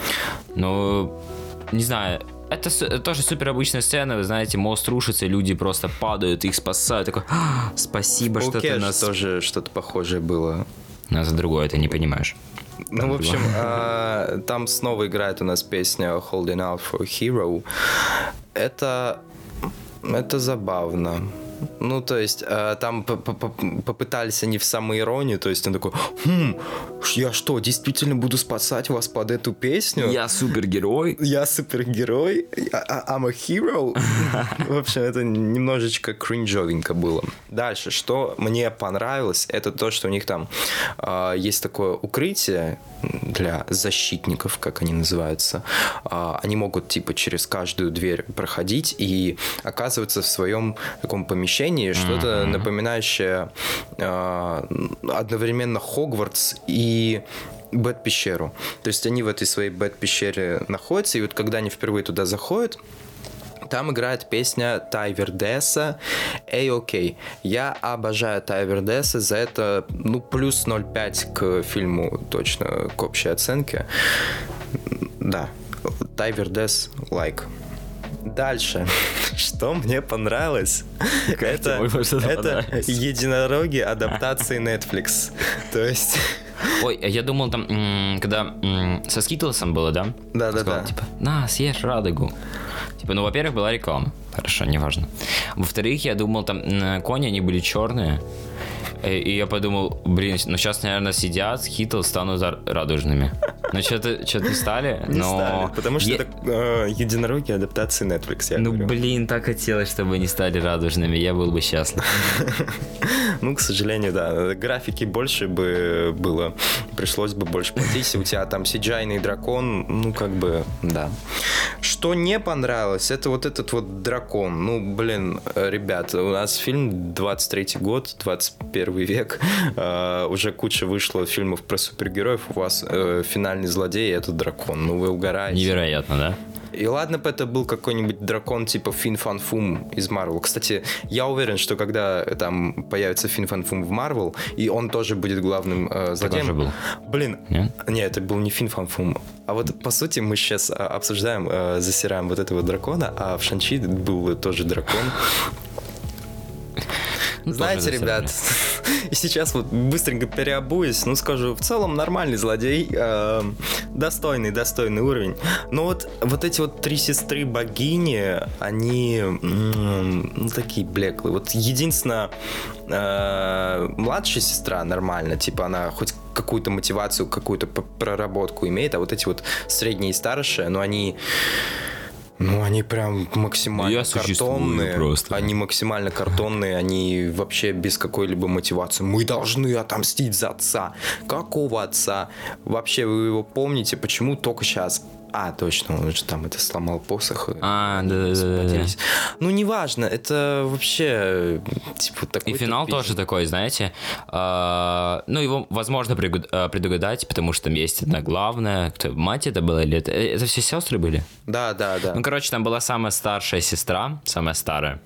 [SPEAKER 1] Ну, не знаю... Это, это тоже супер обычная сцена, вы знаете, мост рушится, люди просто падают, их спасают. Такой, спасибо, что ты нас...
[SPEAKER 2] тоже что-то похожее было.
[SPEAKER 1] Но за другое ты не понимаешь.
[SPEAKER 2] Ну, в общем, а, там снова играет у нас песня Holding Out for a Hero. Это, это забавно. Ну, то есть, э, там попытались они в самоиронию, то есть он такой, хм, я что, действительно буду спасать вас под эту песню?
[SPEAKER 1] Я супергерой.
[SPEAKER 2] Я супергерой? I'm a hero? В общем, это немножечко кринжовенько было. Дальше, что мне понравилось, это то, что у них там э, есть такое укрытие для защитников, как они называются. Э, они могут, типа, через каждую дверь проходить и оказываться в своем таком помещении, что-то mm-hmm. напоминающее э, одновременно Хогвартс и Бэт-пещеру. То есть они в этой своей Бэт-пещере находятся, и вот когда они впервые туда заходят, там играет песня Ty Verdessa «A-OK». Я обожаю Ty Verdessa, за это, ну, плюс ноль целых пять к фильму точно, к общей оценке. Да, Ty Verdessa лайк. Дальше, что мне понравилось, это, это единороги адаптации Netflix. То есть...
[SPEAKER 1] Ой, я думал там, когда со Скитлсом было, да?
[SPEAKER 2] Да-да-да.
[SPEAKER 1] Типа, на, съешь радугу. Типа, ну, во-первых, была реклама. Хорошо, неважно. Во-вторых, я думал, там кони, они были черные. И я подумал, блин, ну сейчас, наверное, сидят, Скитлс станут радужными. Ну, что-то, что-то не стали.
[SPEAKER 2] Не
[SPEAKER 1] но...
[SPEAKER 2] стали, потому что
[SPEAKER 1] е...
[SPEAKER 2] это э, единороги адаптации Netflix, я
[SPEAKER 1] Ну,
[SPEAKER 2] говорю.
[SPEAKER 1] блин, так хотелось, чтобы они стали радужными, я был бы счастлив.
[SPEAKER 2] Ну, к сожалению, да, графики больше бы было, пришлось бы больше платить, если у тебя там си джи ай-ный дракон, ну, как бы, да. Что не понравилось, это вот этот вот дракон. Ну, блин, ребят, у нас фильм двадцать третий год, двадцать первый век, э, уже куча вышло фильмов про супергероев, у вас э, финальный злодей — это дракон, ну вы угораете.
[SPEAKER 1] Невероятно, да?
[SPEAKER 2] И ладно бы это был какой-нибудь дракон типа Фин Фан Фум из Marvel. Кстати, я уверен, что когда там появится Фин Фан Фум в Marvel, и он тоже будет главным э, злодеем.
[SPEAKER 1] Так он же был.
[SPEAKER 2] Блин,
[SPEAKER 1] Нет?
[SPEAKER 2] Нет, это был не Фин Фан Фум. А вот по сути мы сейчас а, обсуждаем, э, засираем вот этого дракона, а в Шан-Чи был тоже дракон.
[SPEAKER 1] Ну,
[SPEAKER 2] знаете,
[SPEAKER 1] тоже
[SPEAKER 2] ребят, И сейчас вот быстренько переобуюсь, ну скажу, в целом нормальный злодей, э, достойный, достойный уровень. Но вот, вот эти вот три сестры богини, они м- ну, такие блеклые. Вот единственное, э, младшая сестра нормально, типа она хоть какую-то мотивацию, какую-то проработку имеет, а вот эти вот средние и старшие, ну они... Ну, они прям максимально
[SPEAKER 1] Я
[SPEAKER 2] картонные.
[SPEAKER 1] Просто.
[SPEAKER 2] Они максимально картонные, они вообще без какой-либо мотивации. Мы должны отомстить за отца. Какого отца? Вообще, вы его помните? Почему только сейчас? А, точно, он же там это сломал посох.
[SPEAKER 1] А, да-да-да.
[SPEAKER 2] Ну, неважно, это вообще типа такой...
[SPEAKER 1] И финал тупик. Тоже такой, знаете, э, ну, его возможно предугадать, потому что там есть одна главная. Кто, мать это была или это? Это все сестры были?
[SPEAKER 2] Да, да, да.
[SPEAKER 1] Ну, короче, там была самая старшая сестра, самая старая.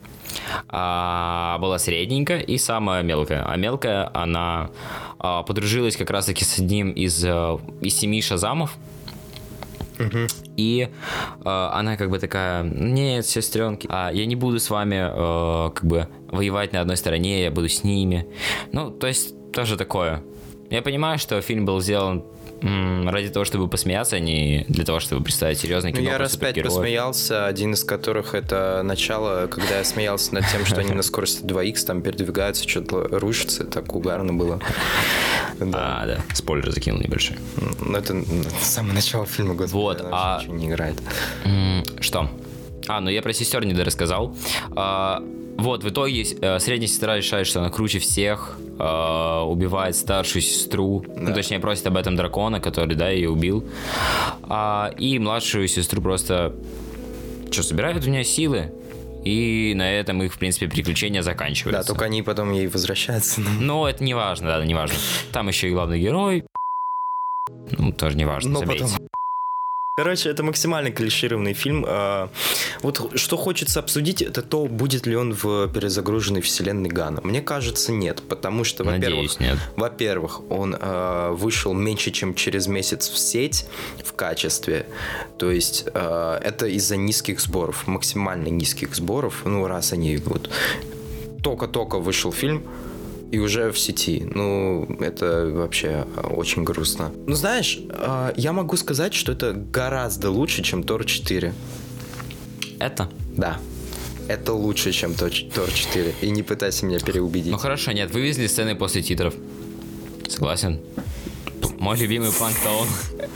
[SPEAKER 1] А, была средненькая и самая мелкая. А мелкая, она а, подружилась как раз-таки с одним из, из семи шазамов. Uh-huh. И э, она как бы такая: нет, сестренки, а я не буду с вами э, как бы воевать на одной стороне, я буду с ними. Ну, то есть тоже такое. Я понимаю, что фильм был сделан м, ради того, чтобы посмеяться, а не для того, чтобы представить серьезный кино.
[SPEAKER 2] Ну, я раз пять посмеялся, один из которых это начало, когда я смеялся над тем, что они на скорости два икс там передвигаются, что-то рушится, так угарно было.
[SPEAKER 1] Да. А, да, спойлер закинул небольшой.
[SPEAKER 2] Ну, это самое начало фильма, господи,
[SPEAKER 1] вот,
[SPEAKER 2] она
[SPEAKER 1] а...
[SPEAKER 2] ничего не играет.
[SPEAKER 1] Что? А, ну я про сестер не дорассказал. А, вот, в итоге э, средняя сестра решает, что она круче всех, э, убивает старшую сестру, да. Ну, точнее, просит об этом дракона, который, да, ее убил. А, и младшую сестру просто, что, собирают у нее силы. И на этом их, в принципе, приключения заканчиваются.
[SPEAKER 2] Да, только они потом ей возвращаются.
[SPEAKER 1] Но это не важно, да, не важно. Там еще и главный герой. Ну, тоже не важно,
[SPEAKER 2] но
[SPEAKER 1] забейте.
[SPEAKER 2] Потом... Короче, это максимально клишированный фильм. Вот что хочется обсудить, это то, будет ли он в перезагруженной вселенной Ганна. Мне кажется, нет, потому что,
[SPEAKER 1] Надеюсь,
[SPEAKER 2] во-первых,
[SPEAKER 1] нет.
[SPEAKER 2] во-первых, он э, вышел меньше, чем через месяц в сеть в качестве. То есть э, это из-за низких сборов, максимально низких сборов. Ну, раз они вот только-только вышел фильм, и уже в сети. Ну, это вообще очень грустно. Ну, знаешь, я могу сказать, что это гораздо лучше, чем Тор четыре.
[SPEAKER 1] Это?
[SPEAKER 2] Да. Это лучше, чем Тор четыре. И не пытайся меня переубедить.
[SPEAKER 1] Ну, хорошо, нет, вывезли сцены после титров. Согласен. Мой любимый планктон.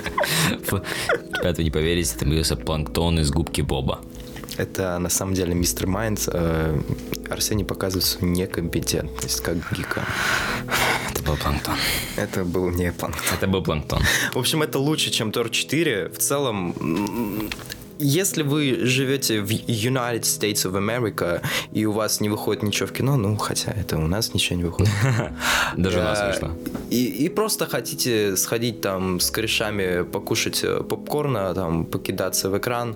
[SPEAKER 1] Ребята, вы не поверите, там появился планктон из губки Боба.
[SPEAKER 2] Это на самом деле мистер Майндс. Э, Арсений показывает свою некомпетентность как гика.
[SPEAKER 1] Это был планктон.
[SPEAKER 2] Это был не планктон.
[SPEAKER 1] Это был планктон.
[SPEAKER 2] В общем, это лучше, чем Тор четыре. В целом, если вы живете в United States of America и у вас не выходит ничего в кино, ну, хотя это у нас ничего не выходит.
[SPEAKER 1] Даже у нас вышло.
[SPEAKER 2] И, и просто хотите сходить там с корешами, покушать попкорна, там, покидаться в экран,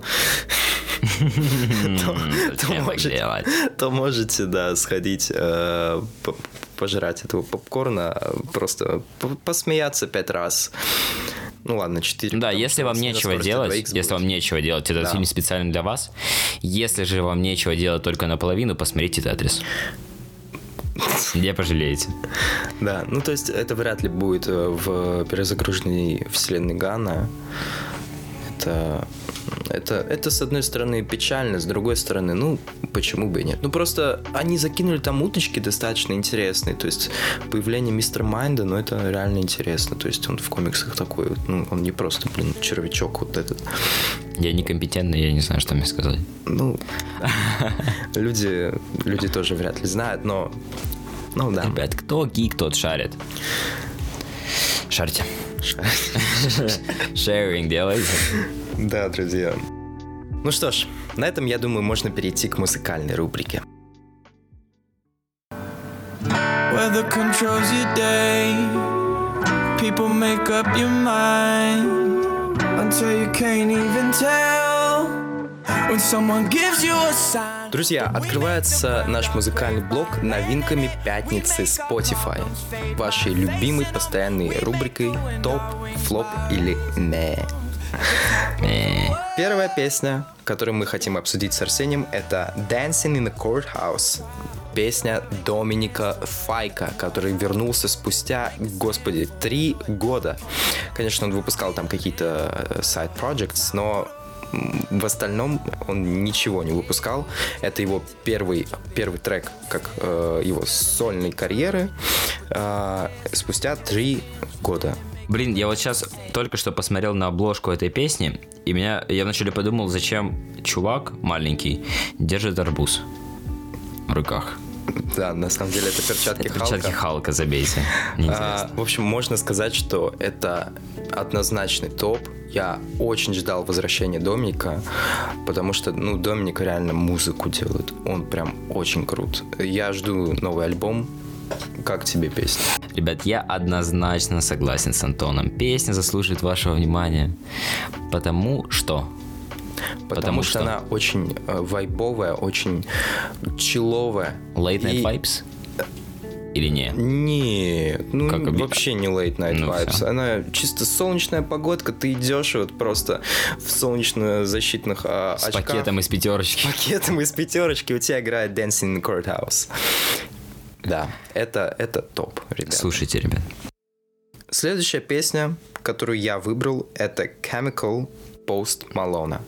[SPEAKER 2] то можете, да, сходить, пожрать этого попкорна, просто посмеяться пять раз. Ну ладно, четыре.
[SPEAKER 1] Да, если вам нечего делать, если вам нечего делать, этот фильм специально для вас. Если же вам нечего делать только наполовину, посмотрите «Тетрис». Не пожалеете.
[SPEAKER 2] Да, ну то есть это вряд ли будет в перезагруженной вселенной Ганна. Это, это, это, с одной стороны, печально, с другой стороны, ну, почему бы и нет. Ну, просто они закинули там уточки достаточно интересные. То есть появление мистера Майнда, ну, это реально интересно. То есть он в комиксах такой, ну, он не просто, блин, червячок вот этот.
[SPEAKER 1] Я некомпетентный, я не знаю, что мне сказать.
[SPEAKER 2] Ну, люди, люди тоже вряд ли знают, но, ну, да.
[SPEAKER 1] Ребят, кто гик, тот шарит. Шарьте. Шеринг делайте.
[SPEAKER 2] Да, друзья. Ну что ж, на этом, я думаю, можно перейти к музыкальной рубрике. Weather controls your day. People make up your mind until you can't even tell when someone gives you a sign. Друзья, открывается наш музыкальный блог новинками пятницы Spotify. Вашей любимой постоянной рубрикой топ, флоп или не. Первая песня, которую мы хотим обсудить с Арсением, это Dancing in the Courthouse. песня Доминика Файка, который вернулся спустя, господи, три года. Конечно, он выпускал там какие-то side projects, но в остальном он ничего не выпускал. Это его первый, первый трек как э, его сольной карьеры э, спустя три года.
[SPEAKER 1] Блин, я вот сейчас только что посмотрел на обложку этой песни, и меня, я вначале подумал, зачем чувак маленький держит арбуз в руках.
[SPEAKER 2] Да, на самом деле это перчатки
[SPEAKER 1] это
[SPEAKER 2] Халка.
[SPEAKER 1] Перчатки Халка, забейте.
[SPEAKER 2] А, в общем, можно сказать, что это однозначный топ. Я очень ждал возвращения Доминика, потому что, ну, Доминик реально музыку делает. Он прям очень крут. Я жду новый альбом. Как тебе песня?
[SPEAKER 1] Ребят, я однозначно согласен с Антоном. Песня заслуживает вашего внимания. Потому что...
[SPEAKER 2] Потому,
[SPEAKER 1] Потому
[SPEAKER 2] что,
[SPEAKER 1] что
[SPEAKER 2] она очень э, вайбовая, очень чилловая.
[SPEAKER 1] Late Night
[SPEAKER 2] И...
[SPEAKER 1] Vibes? Или не?
[SPEAKER 2] Нет, ну
[SPEAKER 1] Как объ...
[SPEAKER 2] вообще не Late Night
[SPEAKER 1] ну,
[SPEAKER 2] Vibes.
[SPEAKER 1] Все.
[SPEAKER 2] Она чисто солнечная погодка, ты идешь вот просто в солнечно-защитных а,
[SPEAKER 1] С
[SPEAKER 2] очках.
[SPEAKER 1] пакетом из пятерочки.
[SPEAKER 2] С пакетом из пятерочки у тебя играет Dancing in the Courthouse. Да, это, это топ, ребят.
[SPEAKER 1] Слушайте, ребят.
[SPEAKER 2] Следующая песня, которую я выбрал, это Chemical Post Malone.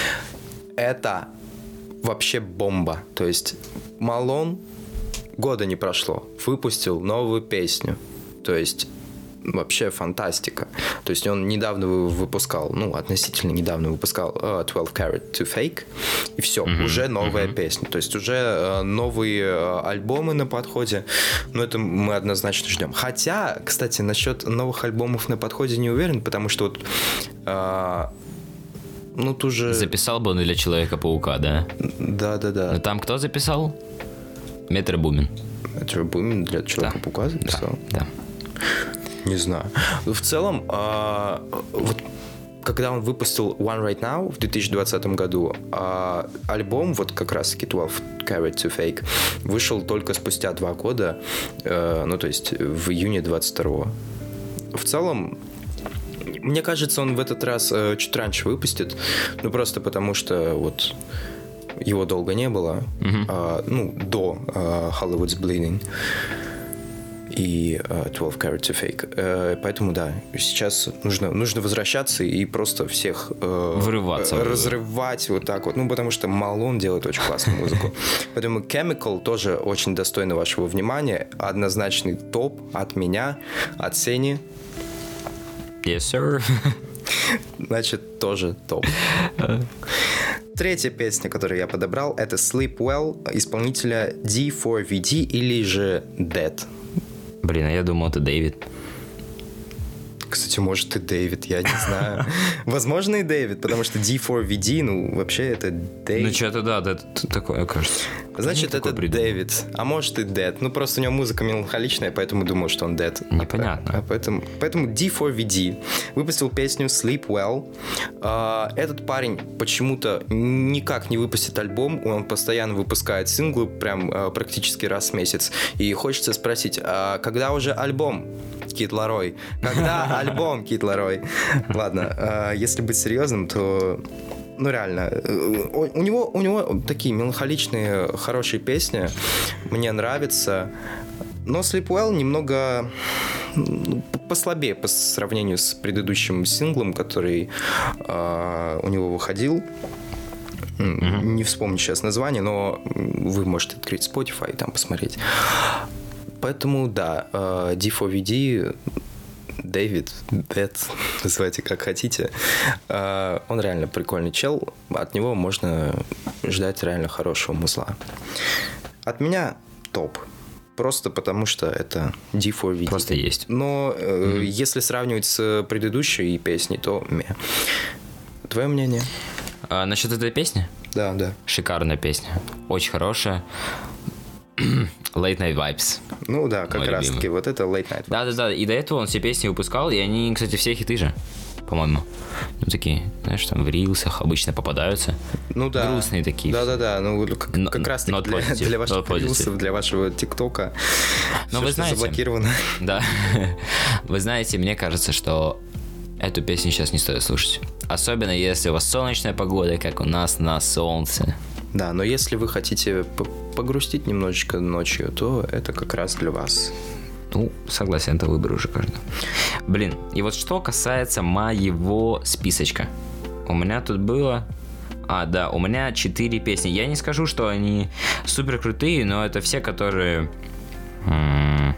[SPEAKER 2] Это вообще бомба. То есть Малон, года не прошло, выпустил новую песню. То есть вообще фантастика. То есть он недавно выпускал, ну, относительно недавно выпускал uh, twelve Carat to Fake, и все, mm-hmm. уже новая mm-hmm. песня. То есть уже uh, новые uh, альбомы на подходе, но это мы однозначно ждем. Хотя, кстати, насчет новых альбомов на подходе не уверен, потому что вот uh, ну, тут уже...
[SPEAKER 1] Записал бы он для Человека-паука, да?
[SPEAKER 2] Да-да-да.
[SPEAKER 1] Но там кто записал? Метро Бумин.
[SPEAKER 2] Метро Бумин для Человека-паука
[SPEAKER 1] да.
[SPEAKER 2] записал?
[SPEAKER 1] Да, да.
[SPEAKER 2] Не знаю. В целом, а, вот когда он выпустил One Right Now в две тысячи двадцатом году, а, альбом, вот как раз-таки twelve Carat to Fake, вышел только спустя два года, а, ну, то есть в июне двадцать второго. В целом, мне кажется, он в этот раз а, чуть раньше выпустит, ну, просто потому что вот его долго не было, mm-hmm. а, ну, до а, Hollywood's Bleeding и uh, twelve Carat to Fake. Uh, поэтому, да, сейчас нужно, нужно возвращаться и просто всех uh,
[SPEAKER 1] вырываться,
[SPEAKER 2] uh, разрывать вот так вот. Ну, потому что Малон делает очень классную музыку. Поэтому Chemical тоже очень достойно вашего внимания. Однозначный топ от меня, от Сени.
[SPEAKER 1] Yes, sir.
[SPEAKER 2] Значит, тоже топ. Третья песня, которую я подобрал, это Sleep Well исполнителя ди фор ви ди или же Dead.
[SPEAKER 1] Блин, а я думал, это Дэвид.
[SPEAKER 2] Кстати, может и Дэвид, я не знаю. Возможно и Дэвид, потому что ди фор ви ди, ну, вообще это Дэвид.
[SPEAKER 1] Ну, что-то да, это такое, кажется.
[SPEAKER 2] Значит, это Дэвид, а может и Дэд. Ну, просто у него музыка меланхоличная, поэтому думал, что он Дэд.
[SPEAKER 1] Непонятно.
[SPEAKER 2] А, а поэтому, поэтому ди фор ви ди выпустил песню Sleep Well. А, этот парень почему-то никак не выпустит альбом, он постоянно выпускает синглы, прям а, практически раз в месяц. И хочется спросить, а когда уже альбом? Кид Ларой. Когда альбом, Кид Ларой? Ладно, если быть серьезным, то... Ну, реально, у него, у него такие меланхоличные, хорошие песни. Мне нравится. Но Sleep Well немного послабее по сравнению с предыдущим синглом, который э, у него выходил. Mm-hmm. Не вспомню сейчас название, но вы можете открыть Spotify и там посмотреть. Поэтому, да, ди фор ви ди, Дэвид, Дэд, называйте как хотите, он реально прикольный чел, от него можно ждать реально хорошего музла. От меня топ, просто потому что это ди фор ви ди.
[SPEAKER 1] Просто есть.
[SPEAKER 2] Но mm-hmm. если сравнивать с предыдущей песней, то ме. Твое мнение?
[SPEAKER 1] А, насчет этой песни?
[SPEAKER 2] Да, да.
[SPEAKER 1] Шикарная песня, очень хорошая. Late Night Vibes.
[SPEAKER 2] Ну да, как раз таки, вот это Late Night Vibes.
[SPEAKER 1] Да-да-да, и до этого он все песни выпускал, и они, кстати, все хиты же, по-моему. Ну, такие, знаешь, там в рилсах обычно попадаются.
[SPEAKER 2] Ну да.
[SPEAKER 1] Грустные такие.
[SPEAKER 2] Да-да-да, ну как,
[SPEAKER 1] No,
[SPEAKER 2] как раз таки для, для ваших рилсов, для вашего ТикТока.
[SPEAKER 1] Но вы знаете,
[SPEAKER 2] заблокировано.
[SPEAKER 1] Да. Вы знаете, мне кажется, что эту песню сейчас не стоит слушать. Особенно, если у вас солнечная погода, как у нас на солнце.
[SPEAKER 2] Да, но если вы хотите погрустить немножечко ночью, то это как раз для вас.
[SPEAKER 1] Ну, согласен, это выбор уже каждого. Блин, и вот что касается моего списочка. У меня тут было... А, да, у меня четыре песни. Я не скажу, что они супер крутые, но это все, которые... М-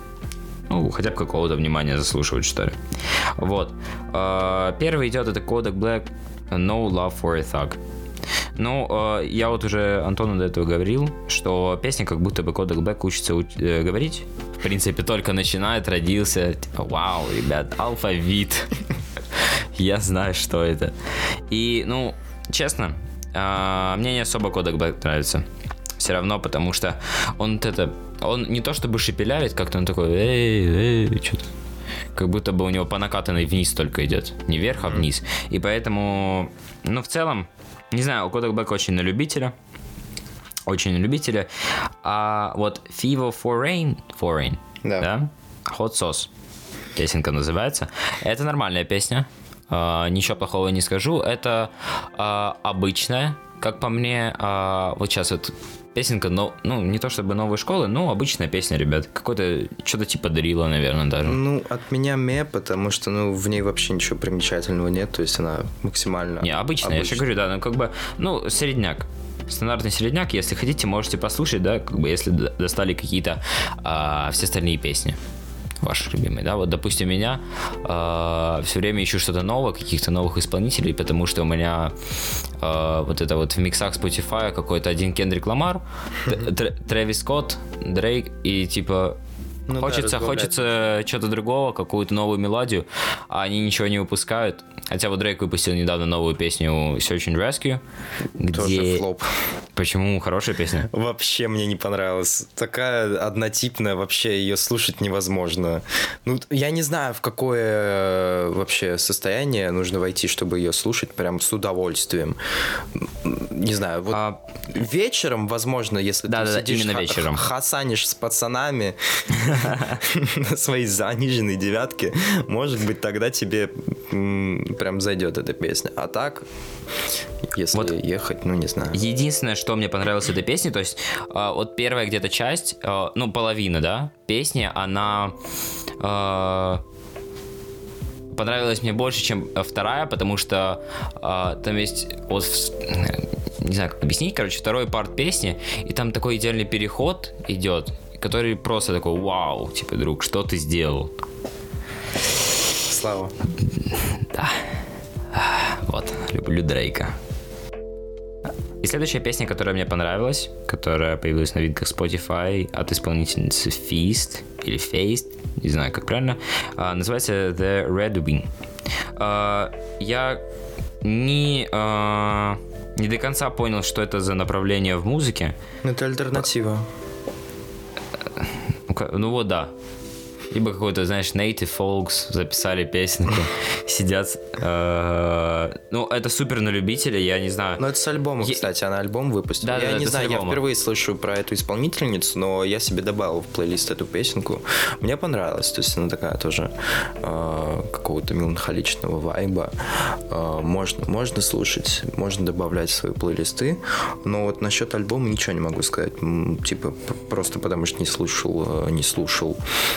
[SPEAKER 1] ну, хотя бы какого-то внимания заслуживают, что ли. Вот. Э- первый идет, это Kodak Black No Love for a Thug. Ну, э- я вот уже Антону до этого говорил, что песня как будто бы Kodak Black учится уч- э- говорить. В принципе, только начинает, родился. Типа, вау, ребят, алфавит. Я знаю, что это. И, ну, честно, мне не особо Kodak Black нравится. Все равно, потому что он вот это... Он не то чтобы шепелявит, как-то он такой... Эй, эй, что-то... Как будто бы у него по накатанной вниз только идет. Не вверх, а вниз. И поэтому... Ну, в целом, не знаю, у Kodak Black очень на любителя. Очень на любителя. А вот Fivo Foreign... Foreign,
[SPEAKER 2] да.
[SPEAKER 1] да? Hot Sauce. Песенка называется. Это нормальная песня. Uh, ничего плохого не скажу. Это uh, обычная, как по мне. Uh, вот сейчас вот песенка, но, ну, не то чтобы новой школы, но обычная песня, ребят. Какой-то, что-то типа дрила, наверное, даже.
[SPEAKER 2] Ну, от меня ме, потому что, ну, в ней вообще ничего примечательного нет. То есть она максимально...
[SPEAKER 1] Не, обычная, я же говорю, да, ну, как бы, ну, середняк. Стандартный середняк, если хотите, можете послушать, да, как бы, если достали какие-то uh, все остальные песни. Ваши любимые, да, вот, допустим, меня э, все время ищу что-то новое, каких-то новых исполнителей, потому что у меня э, вот это вот в миксах Spotify какой-то один Кендрик Ламар, Трэвис Скотт, Дрейк, и типа ну, хочется, да, хочется что-то другого, какую-то новую мелодию, а они ничего не выпускают. Хотя вот Дрейк выпустил недавно новую песню Search and Rescue, где...
[SPEAKER 2] Тоже флоп.
[SPEAKER 1] Почему? Хорошая песня.
[SPEAKER 2] Вообще мне не понравилась. Такая однотипная, вообще ее слушать невозможно. Ну, я не знаю, в какое вообще состояние нужно войти, чтобы ее слушать прям с удовольствием. Не знаю, вот а... вечером, возможно, если
[SPEAKER 1] да,
[SPEAKER 2] ты
[SPEAKER 1] да,
[SPEAKER 2] сидишь
[SPEAKER 1] именно вечером.
[SPEAKER 2] хасанишь с пацанами на своей заниженной девятке, может быть, тогда тебе прям зайдет эта песня. А так, если вот ехать, ну, не знаю.
[SPEAKER 1] Единственное, что мне понравилось в этой песне, то есть, э, вот первая где-то часть, э, ну, половина, да, песни, она э, понравилась мне больше, чем вторая, потому что э, там есть, вот, не знаю, как объяснить, короче, второй парт песни, и там такой идеальный переход идет, который просто такой, вау, типа, друг, что ты сделал?
[SPEAKER 2] Слава.
[SPEAKER 1] Да. Вот, люблю Дрейка. И следующая песня, которая мне понравилась, которая появилась на новинках Spotify от исполнительницы Feast или Feist, не знаю, как правильно, называется The Red Wing. Я не, не до конца понял, что это за направление в музыке.
[SPEAKER 2] Это альтернатива.
[SPEAKER 1] Ну вот, да. Либо какой-то, знаешь, Native Folks записали песенку, сидят. Э, ну, это супер на любителя, я не знаю.
[SPEAKER 2] Ну, это с альбома, е... кстати, она альбом выпустила.
[SPEAKER 1] Да,
[SPEAKER 2] я
[SPEAKER 1] да,
[SPEAKER 2] не знаю, я
[SPEAKER 1] альбома.
[SPEAKER 2] Впервые слышу про эту исполнительницу, но я себе добавил в плейлист эту песенку. Мне понравилось, то есть она такая тоже э, какого-то меланхоличного вайба. Э, можно, можно слушать, можно добавлять в свои плейлисты, но вот насчет альбома ничего не могу сказать. Типа, просто потому что не слушал, не слушал.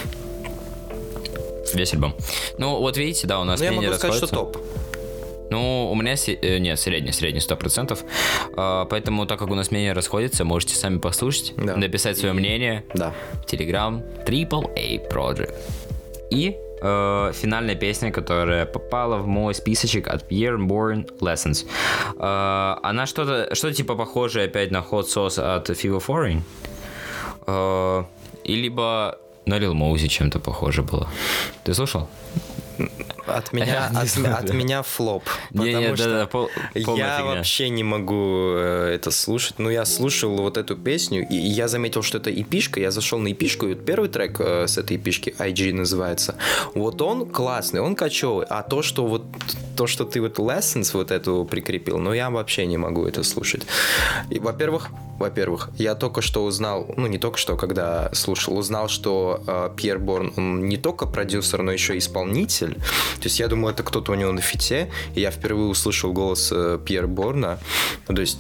[SPEAKER 1] Весь альбом. Ну, вот видите, да, у нас мнение расходится.
[SPEAKER 2] Я могу сказать, что топ.
[SPEAKER 1] Ну, у меня... Се... Нет, средний, средний, сто процентов. А, поэтому, так как у нас мнение расходится, можете сами послушать, да. написать свое И... мнение
[SPEAKER 2] да.
[SPEAKER 1] в Telegram Triple A Project. И э, финальная песня, которая попала в мой списочек от Pierreborn Lessons. Э, она что-то, что-то типа похожее опять на Hot Sauce от Fivo Foreign. Э, и либо... На Lil Mosey чем-то похоже было. Ты слушал?
[SPEAKER 2] От меня, от, от меня флоп. Потому
[SPEAKER 1] не, не,
[SPEAKER 2] что
[SPEAKER 1] да, да, пол,
[SPEAKER 2] я фигня. вообще не могу э, это слушать. Ну, я слушал вот эту песню, и я заметил, что это эпишка. Я зашел на эпишку, и вот первый трек э, с этой эпишки, ай джи называется. Вот он классный, он кочевый. А то, что вот то, что ты вот Lessons вот эту прикрепил, ну, я вообще не могу это слушать. И, во-первых, во-первых, я только что узнал, ну, не только что, когда слушал, узнал, что э, Pierreborn, он не только продюсер, но еще и исполнитель. То есть я думаю, это кто-то у него на фите, и я впервые услышал голос э, Pierreborn. То есть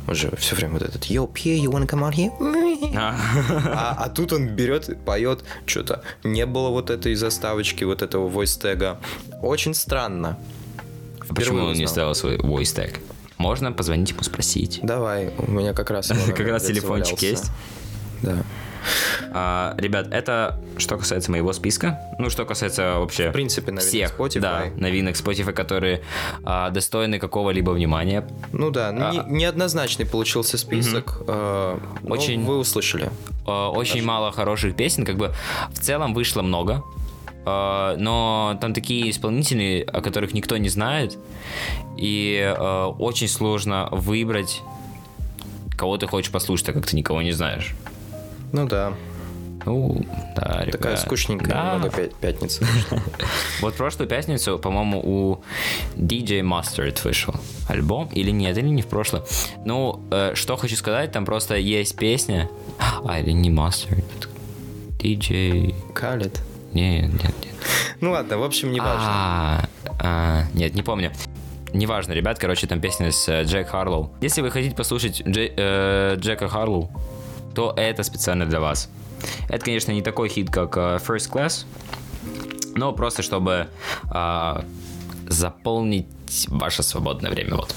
[SPEAKER 2] Он же все время вот этот Yo, Pierre, you wanna come out here? а, а тут он берет и поет что-то. Не было вот этой заставочки, вот этого voice тега. Очень странно.
[SPEAKER 1] А почему он не ставил свой voice tag? Можно позвонить ему, спросить.
[SPEAKER 2] Давай, у меня как раз...
[SPEAKER 1] Как раз телефончик есть.
[SPEAKER 2] Да.
[SPEAKER 1] А, ребят, это что касается моего списка. Ну, что касается вообще
[SPEAKER 2] в принципе, новинок
[SPEAKER 1] всех
[SPEAKER 2] Spotify.
[SPEAKER 1] Да, новинок Spotify, которые а, достойны какого-либо внимания.
[SPEAKER 2] Ну да,
[SPEAKER 1] а,
[SPEAKER 2] не, неоднозначный получился список. Угу. А, очень, вы услышали.
[SPEAKER 1] А, очень Даже. мало хороших песен. Как бы в целом вышло много. Uh, но там такие исполнители, о которых никто не знает, и uh, очень сложно выбрать, кого ты хочешь послушать, так как ты никого не знаешь.
[SPEAKER 2] Ну да.
[SPEAKER 1] Ну, да, ребят.
[SPEAKER 2] Такая скучненькая да. немного пятница.
[SPEAKER 1] Вот в прошлую пятницу, по-моему, у ди джей Mustard вышел альбом, или нет, или не в прошлое. Ну, э, что хочу сказать, там просто есть песня, а, или не Mustard, ди джей...
[SPEAKER 2] Khaled.
[SPEAKER 1] Нет, нет, нет.
[SPEAKER 2] Ну ладно, в общем, не важно.
[SPEAKER 1] А, а, нет, не помню. Неважно, ребят, короче, там песня с э, Джек Харлоу. Если вы хотите послушать Дж, э, Джека Харлоу, то это специально для вас. Это, конечно, не такой хит, как э, First Class, но просто чтобы э, заполнить ваше свободное время. Вот.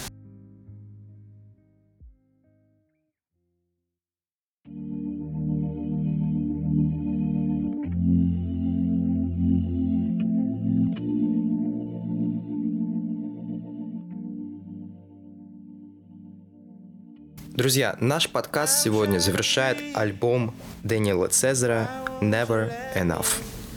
[SPEAKER 2] Друзья, наш подкаст сегодня завершает альбом Дэниела Цезаря «Never Enough».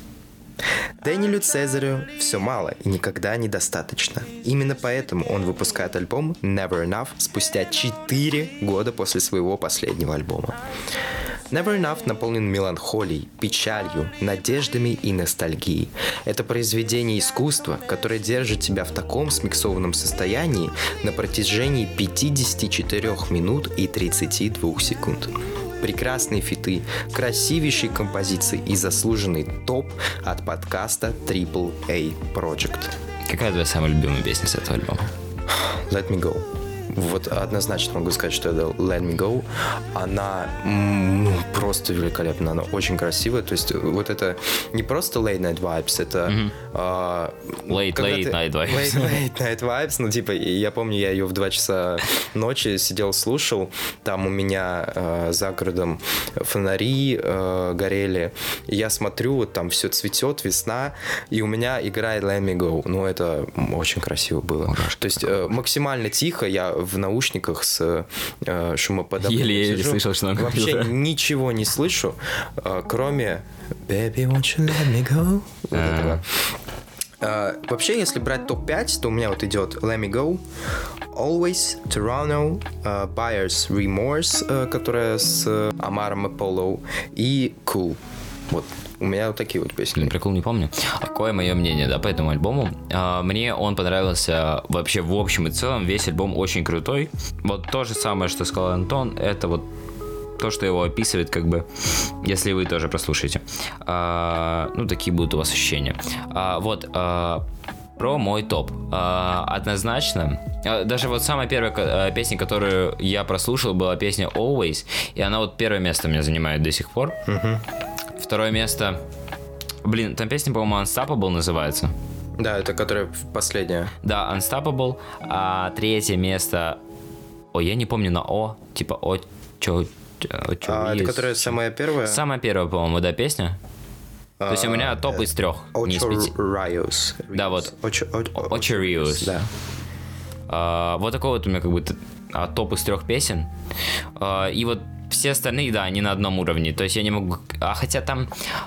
[SPEAKER 2] Дэниелу Цезарю все мало и никогда недостаточно. Именно поэтому он выпускает альбом Never Enough спустя четыре года после своего последнего альбома. Never Enough наполнен меланхолией, печалью, надеждами и ностальгией. Это произведение искусства, которое держит тебя в таком смиксованном состоянии на протяжении пятьдесят четыре минут и тридцать два секунд. Прекрасные фиты, красивейшие композиции и заслуженный топ от подкаста Triple A Project.
[SPEAKER 1] Какая твоя самая любимая песня с этого альбома?
[SPEAKER 2] Let Me Go. Вот однозначно могу сказать, что это Let Me Go. Она ну, просто великолепна, она очень красивая. То есть вот это не просто Late Night Vibes, это
[SPEAKER 1] mm-hmm. uh, Late, late
[SPEAKER 2] ты...
[SPEAKER 1] Night Vibes.
[SPEAKER 2] Late, late Night Vibes. Ну типа, я помню, я ее в два часа ночи сидел, слушал. Там у меня э, за городом фонари э, горели. И я смотрю, вот там все цветет, весна, и у меня играет Let Me Go. Ну это очень красиво было. Oh, То есть э, максимально тихо, я в наушниках с э, шумоподавлением
[SPEAKER 1] еле-еле слышал, что он
[SPEAKER 2] вообще
[SPEAKER 1] говорил.
[SPEAKER 2] Ничего не слышу, э, кроме Baby, won't you let me go? Вот этого. Uh, вообще, если брать топ пять, то у меня вот идет Let Me Go, Always, Toronto, uh, Buyer's Remorse, uh, которая с Амаром Apollo, и Cool. Вот. У меня вот такие вот песни.
[SPEAKER 1] Прикол, не помню. Какое мое мнение, да, по этому альбому? А, мне он понравился вообще в общем и целом. Весь альбом очень крутой. Вот то же самое, что сказал Антон, это вот то, что его описывает, как бы, если вы тоже прослушаете. А, ну, такие будут у вас ощущения. А, вот, а, про мой топ. А, однозначно, даже вот самая первая песня, которую я прослушал, была песня Always, и она вот первое место у меня занимает до сих пор.
[SPEAKER 2] Uh-huh.
[SPEAKER 1] Второе место... Блин, там песня, по-моему, Unstoppable называется.
[SPEAKER 2] Да, это которая последняя.
[SPEAKER 1] Да, Unstoppable. А третье место... Ой, я не помню на О. Типа О... Чё...
[SPEAKER 2] А, это которая самая первая?
[SPEAKER 1] Самая первая, по-моему, да, песня. То есть у меня топ из трех.
[SPEAKER 2] Ocherius.
[SPEAKER 1] Да, вот. Ocherius.
[SPEAKER 2] Да.
[SPEAKER 1] А, вот такой вот у меня как бы топ из трех песен. А, и вот все остальные, да, они на одном уровне. То есть я не могу... А хотя там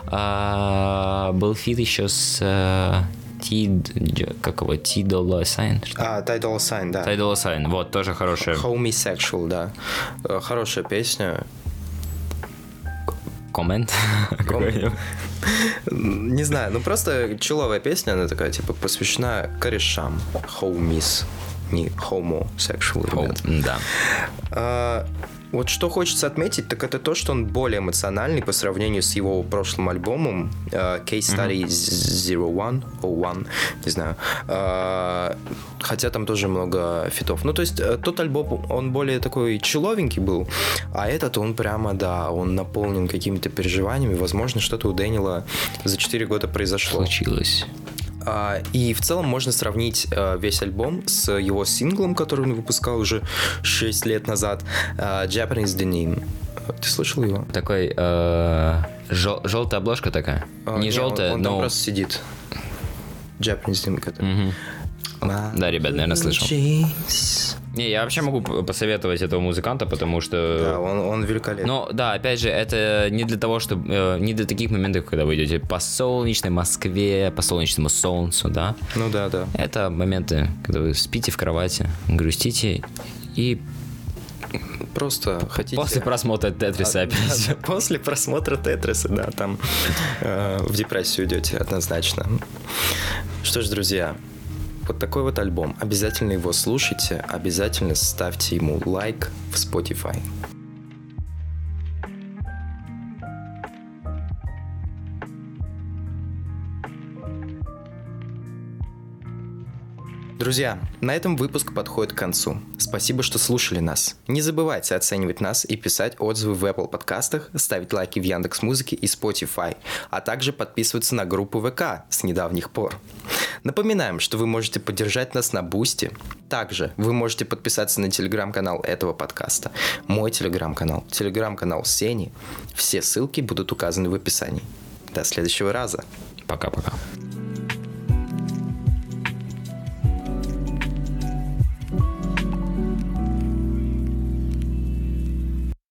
[SPEAKER 1] а, был фит еще с... А, Tid... Как его? Tidal Sign?
[SPEAKER 2] А, Tidal Sign, да.
[SPEAKER 1] Tidal Sign, вот, тоже хорошая.
[SPEAKER 2] Homosexual, да. Хорошая песня.
[SPEAKER 1] Коммент?
[SPEAKER 2] Не знаю, ну просто чуловая песня, она такая, типа, посвящена корешам. Homies. Не homosexual, ребят.
[SPEAKER 1] Да.
[SPEAKER 2] А, Вот что хочется отметить, так это то, что он более эмоциональный по сравнению с его прошлым альбомом uh, Case Study zero one, oh one, не знаю. Uh, хотя там тоже много фитов. Ну, то есть тот альбом, он более такой человенький был, а этот он прямо, да, он наполнен какими-то переживаниями. Возможно, что-то у Дэниела за четыре года произошло.
[SPEAKER 1] Случилось.
[SPEAKER 2] И в целом можно сравнить весь альбом с его синглом, который он выпускал уже шесть лет назад, Japanese Denim. Ты слышал его?
[SPEAKER 1] Такой э, жел- желтая обложка такая.
[SPEAKER 2] А,
[SPEAKER 1] не, не желтая,
[SPEAKER 2] он, он
[SPEAKER 1] но...
[SPEAKER 2] там просто сидит. Japanese Denim.
[SPEAKER 1] Угу. Да, ребят, наверное, слышал. Не, я вообще могу посоветовать этого музыканта, потому что...
[SPEAKER 2] Да, он, он великолепный.
[SPEAKER 1] Но, да, опять же, это не для того, чтобы... Не для таких моментов, когда вы идете по солнечной Москве, по солнечному солнцу, да?
[SPEAKER 2] Ну да, да.
[SPEAKER 1] Это моменты, когда вы спите в кровати, грустите и...
[SPEAKER 2] Просто хотите...
[SPEAKER 1] После просмотра Тетриса
[SPEAKER 2] а,
[SPEAKER 1] опять.
[SPEAKER 2] Да, после просмотра Тетриса, да, там э, в депрессию идете однозначно. Что ж, друзья... Вот такой вот альбом. Обязательно его слушайте, обязательно ставьте ему лайк в Spotify. Друзья, на этом выпуск подходит к концу. Спасибо, что слушали нас. Не забывайте оценивать нас и писать отзывы в Apple подкастах, ставить лайки в Яндекс.Музыке и Spotify, а также подписываться на группу ВК с недавних пор. Напоминаем, что вы можете поддержать нас на Бусти. Также вы можете подписаться на телеграм-канал этого подкаста, мой телеграм-канал, телеграм-канал Сени. Все ссылки будут указаны в описании. До следующего раза.
[SPEAKER 1] Пока-пока.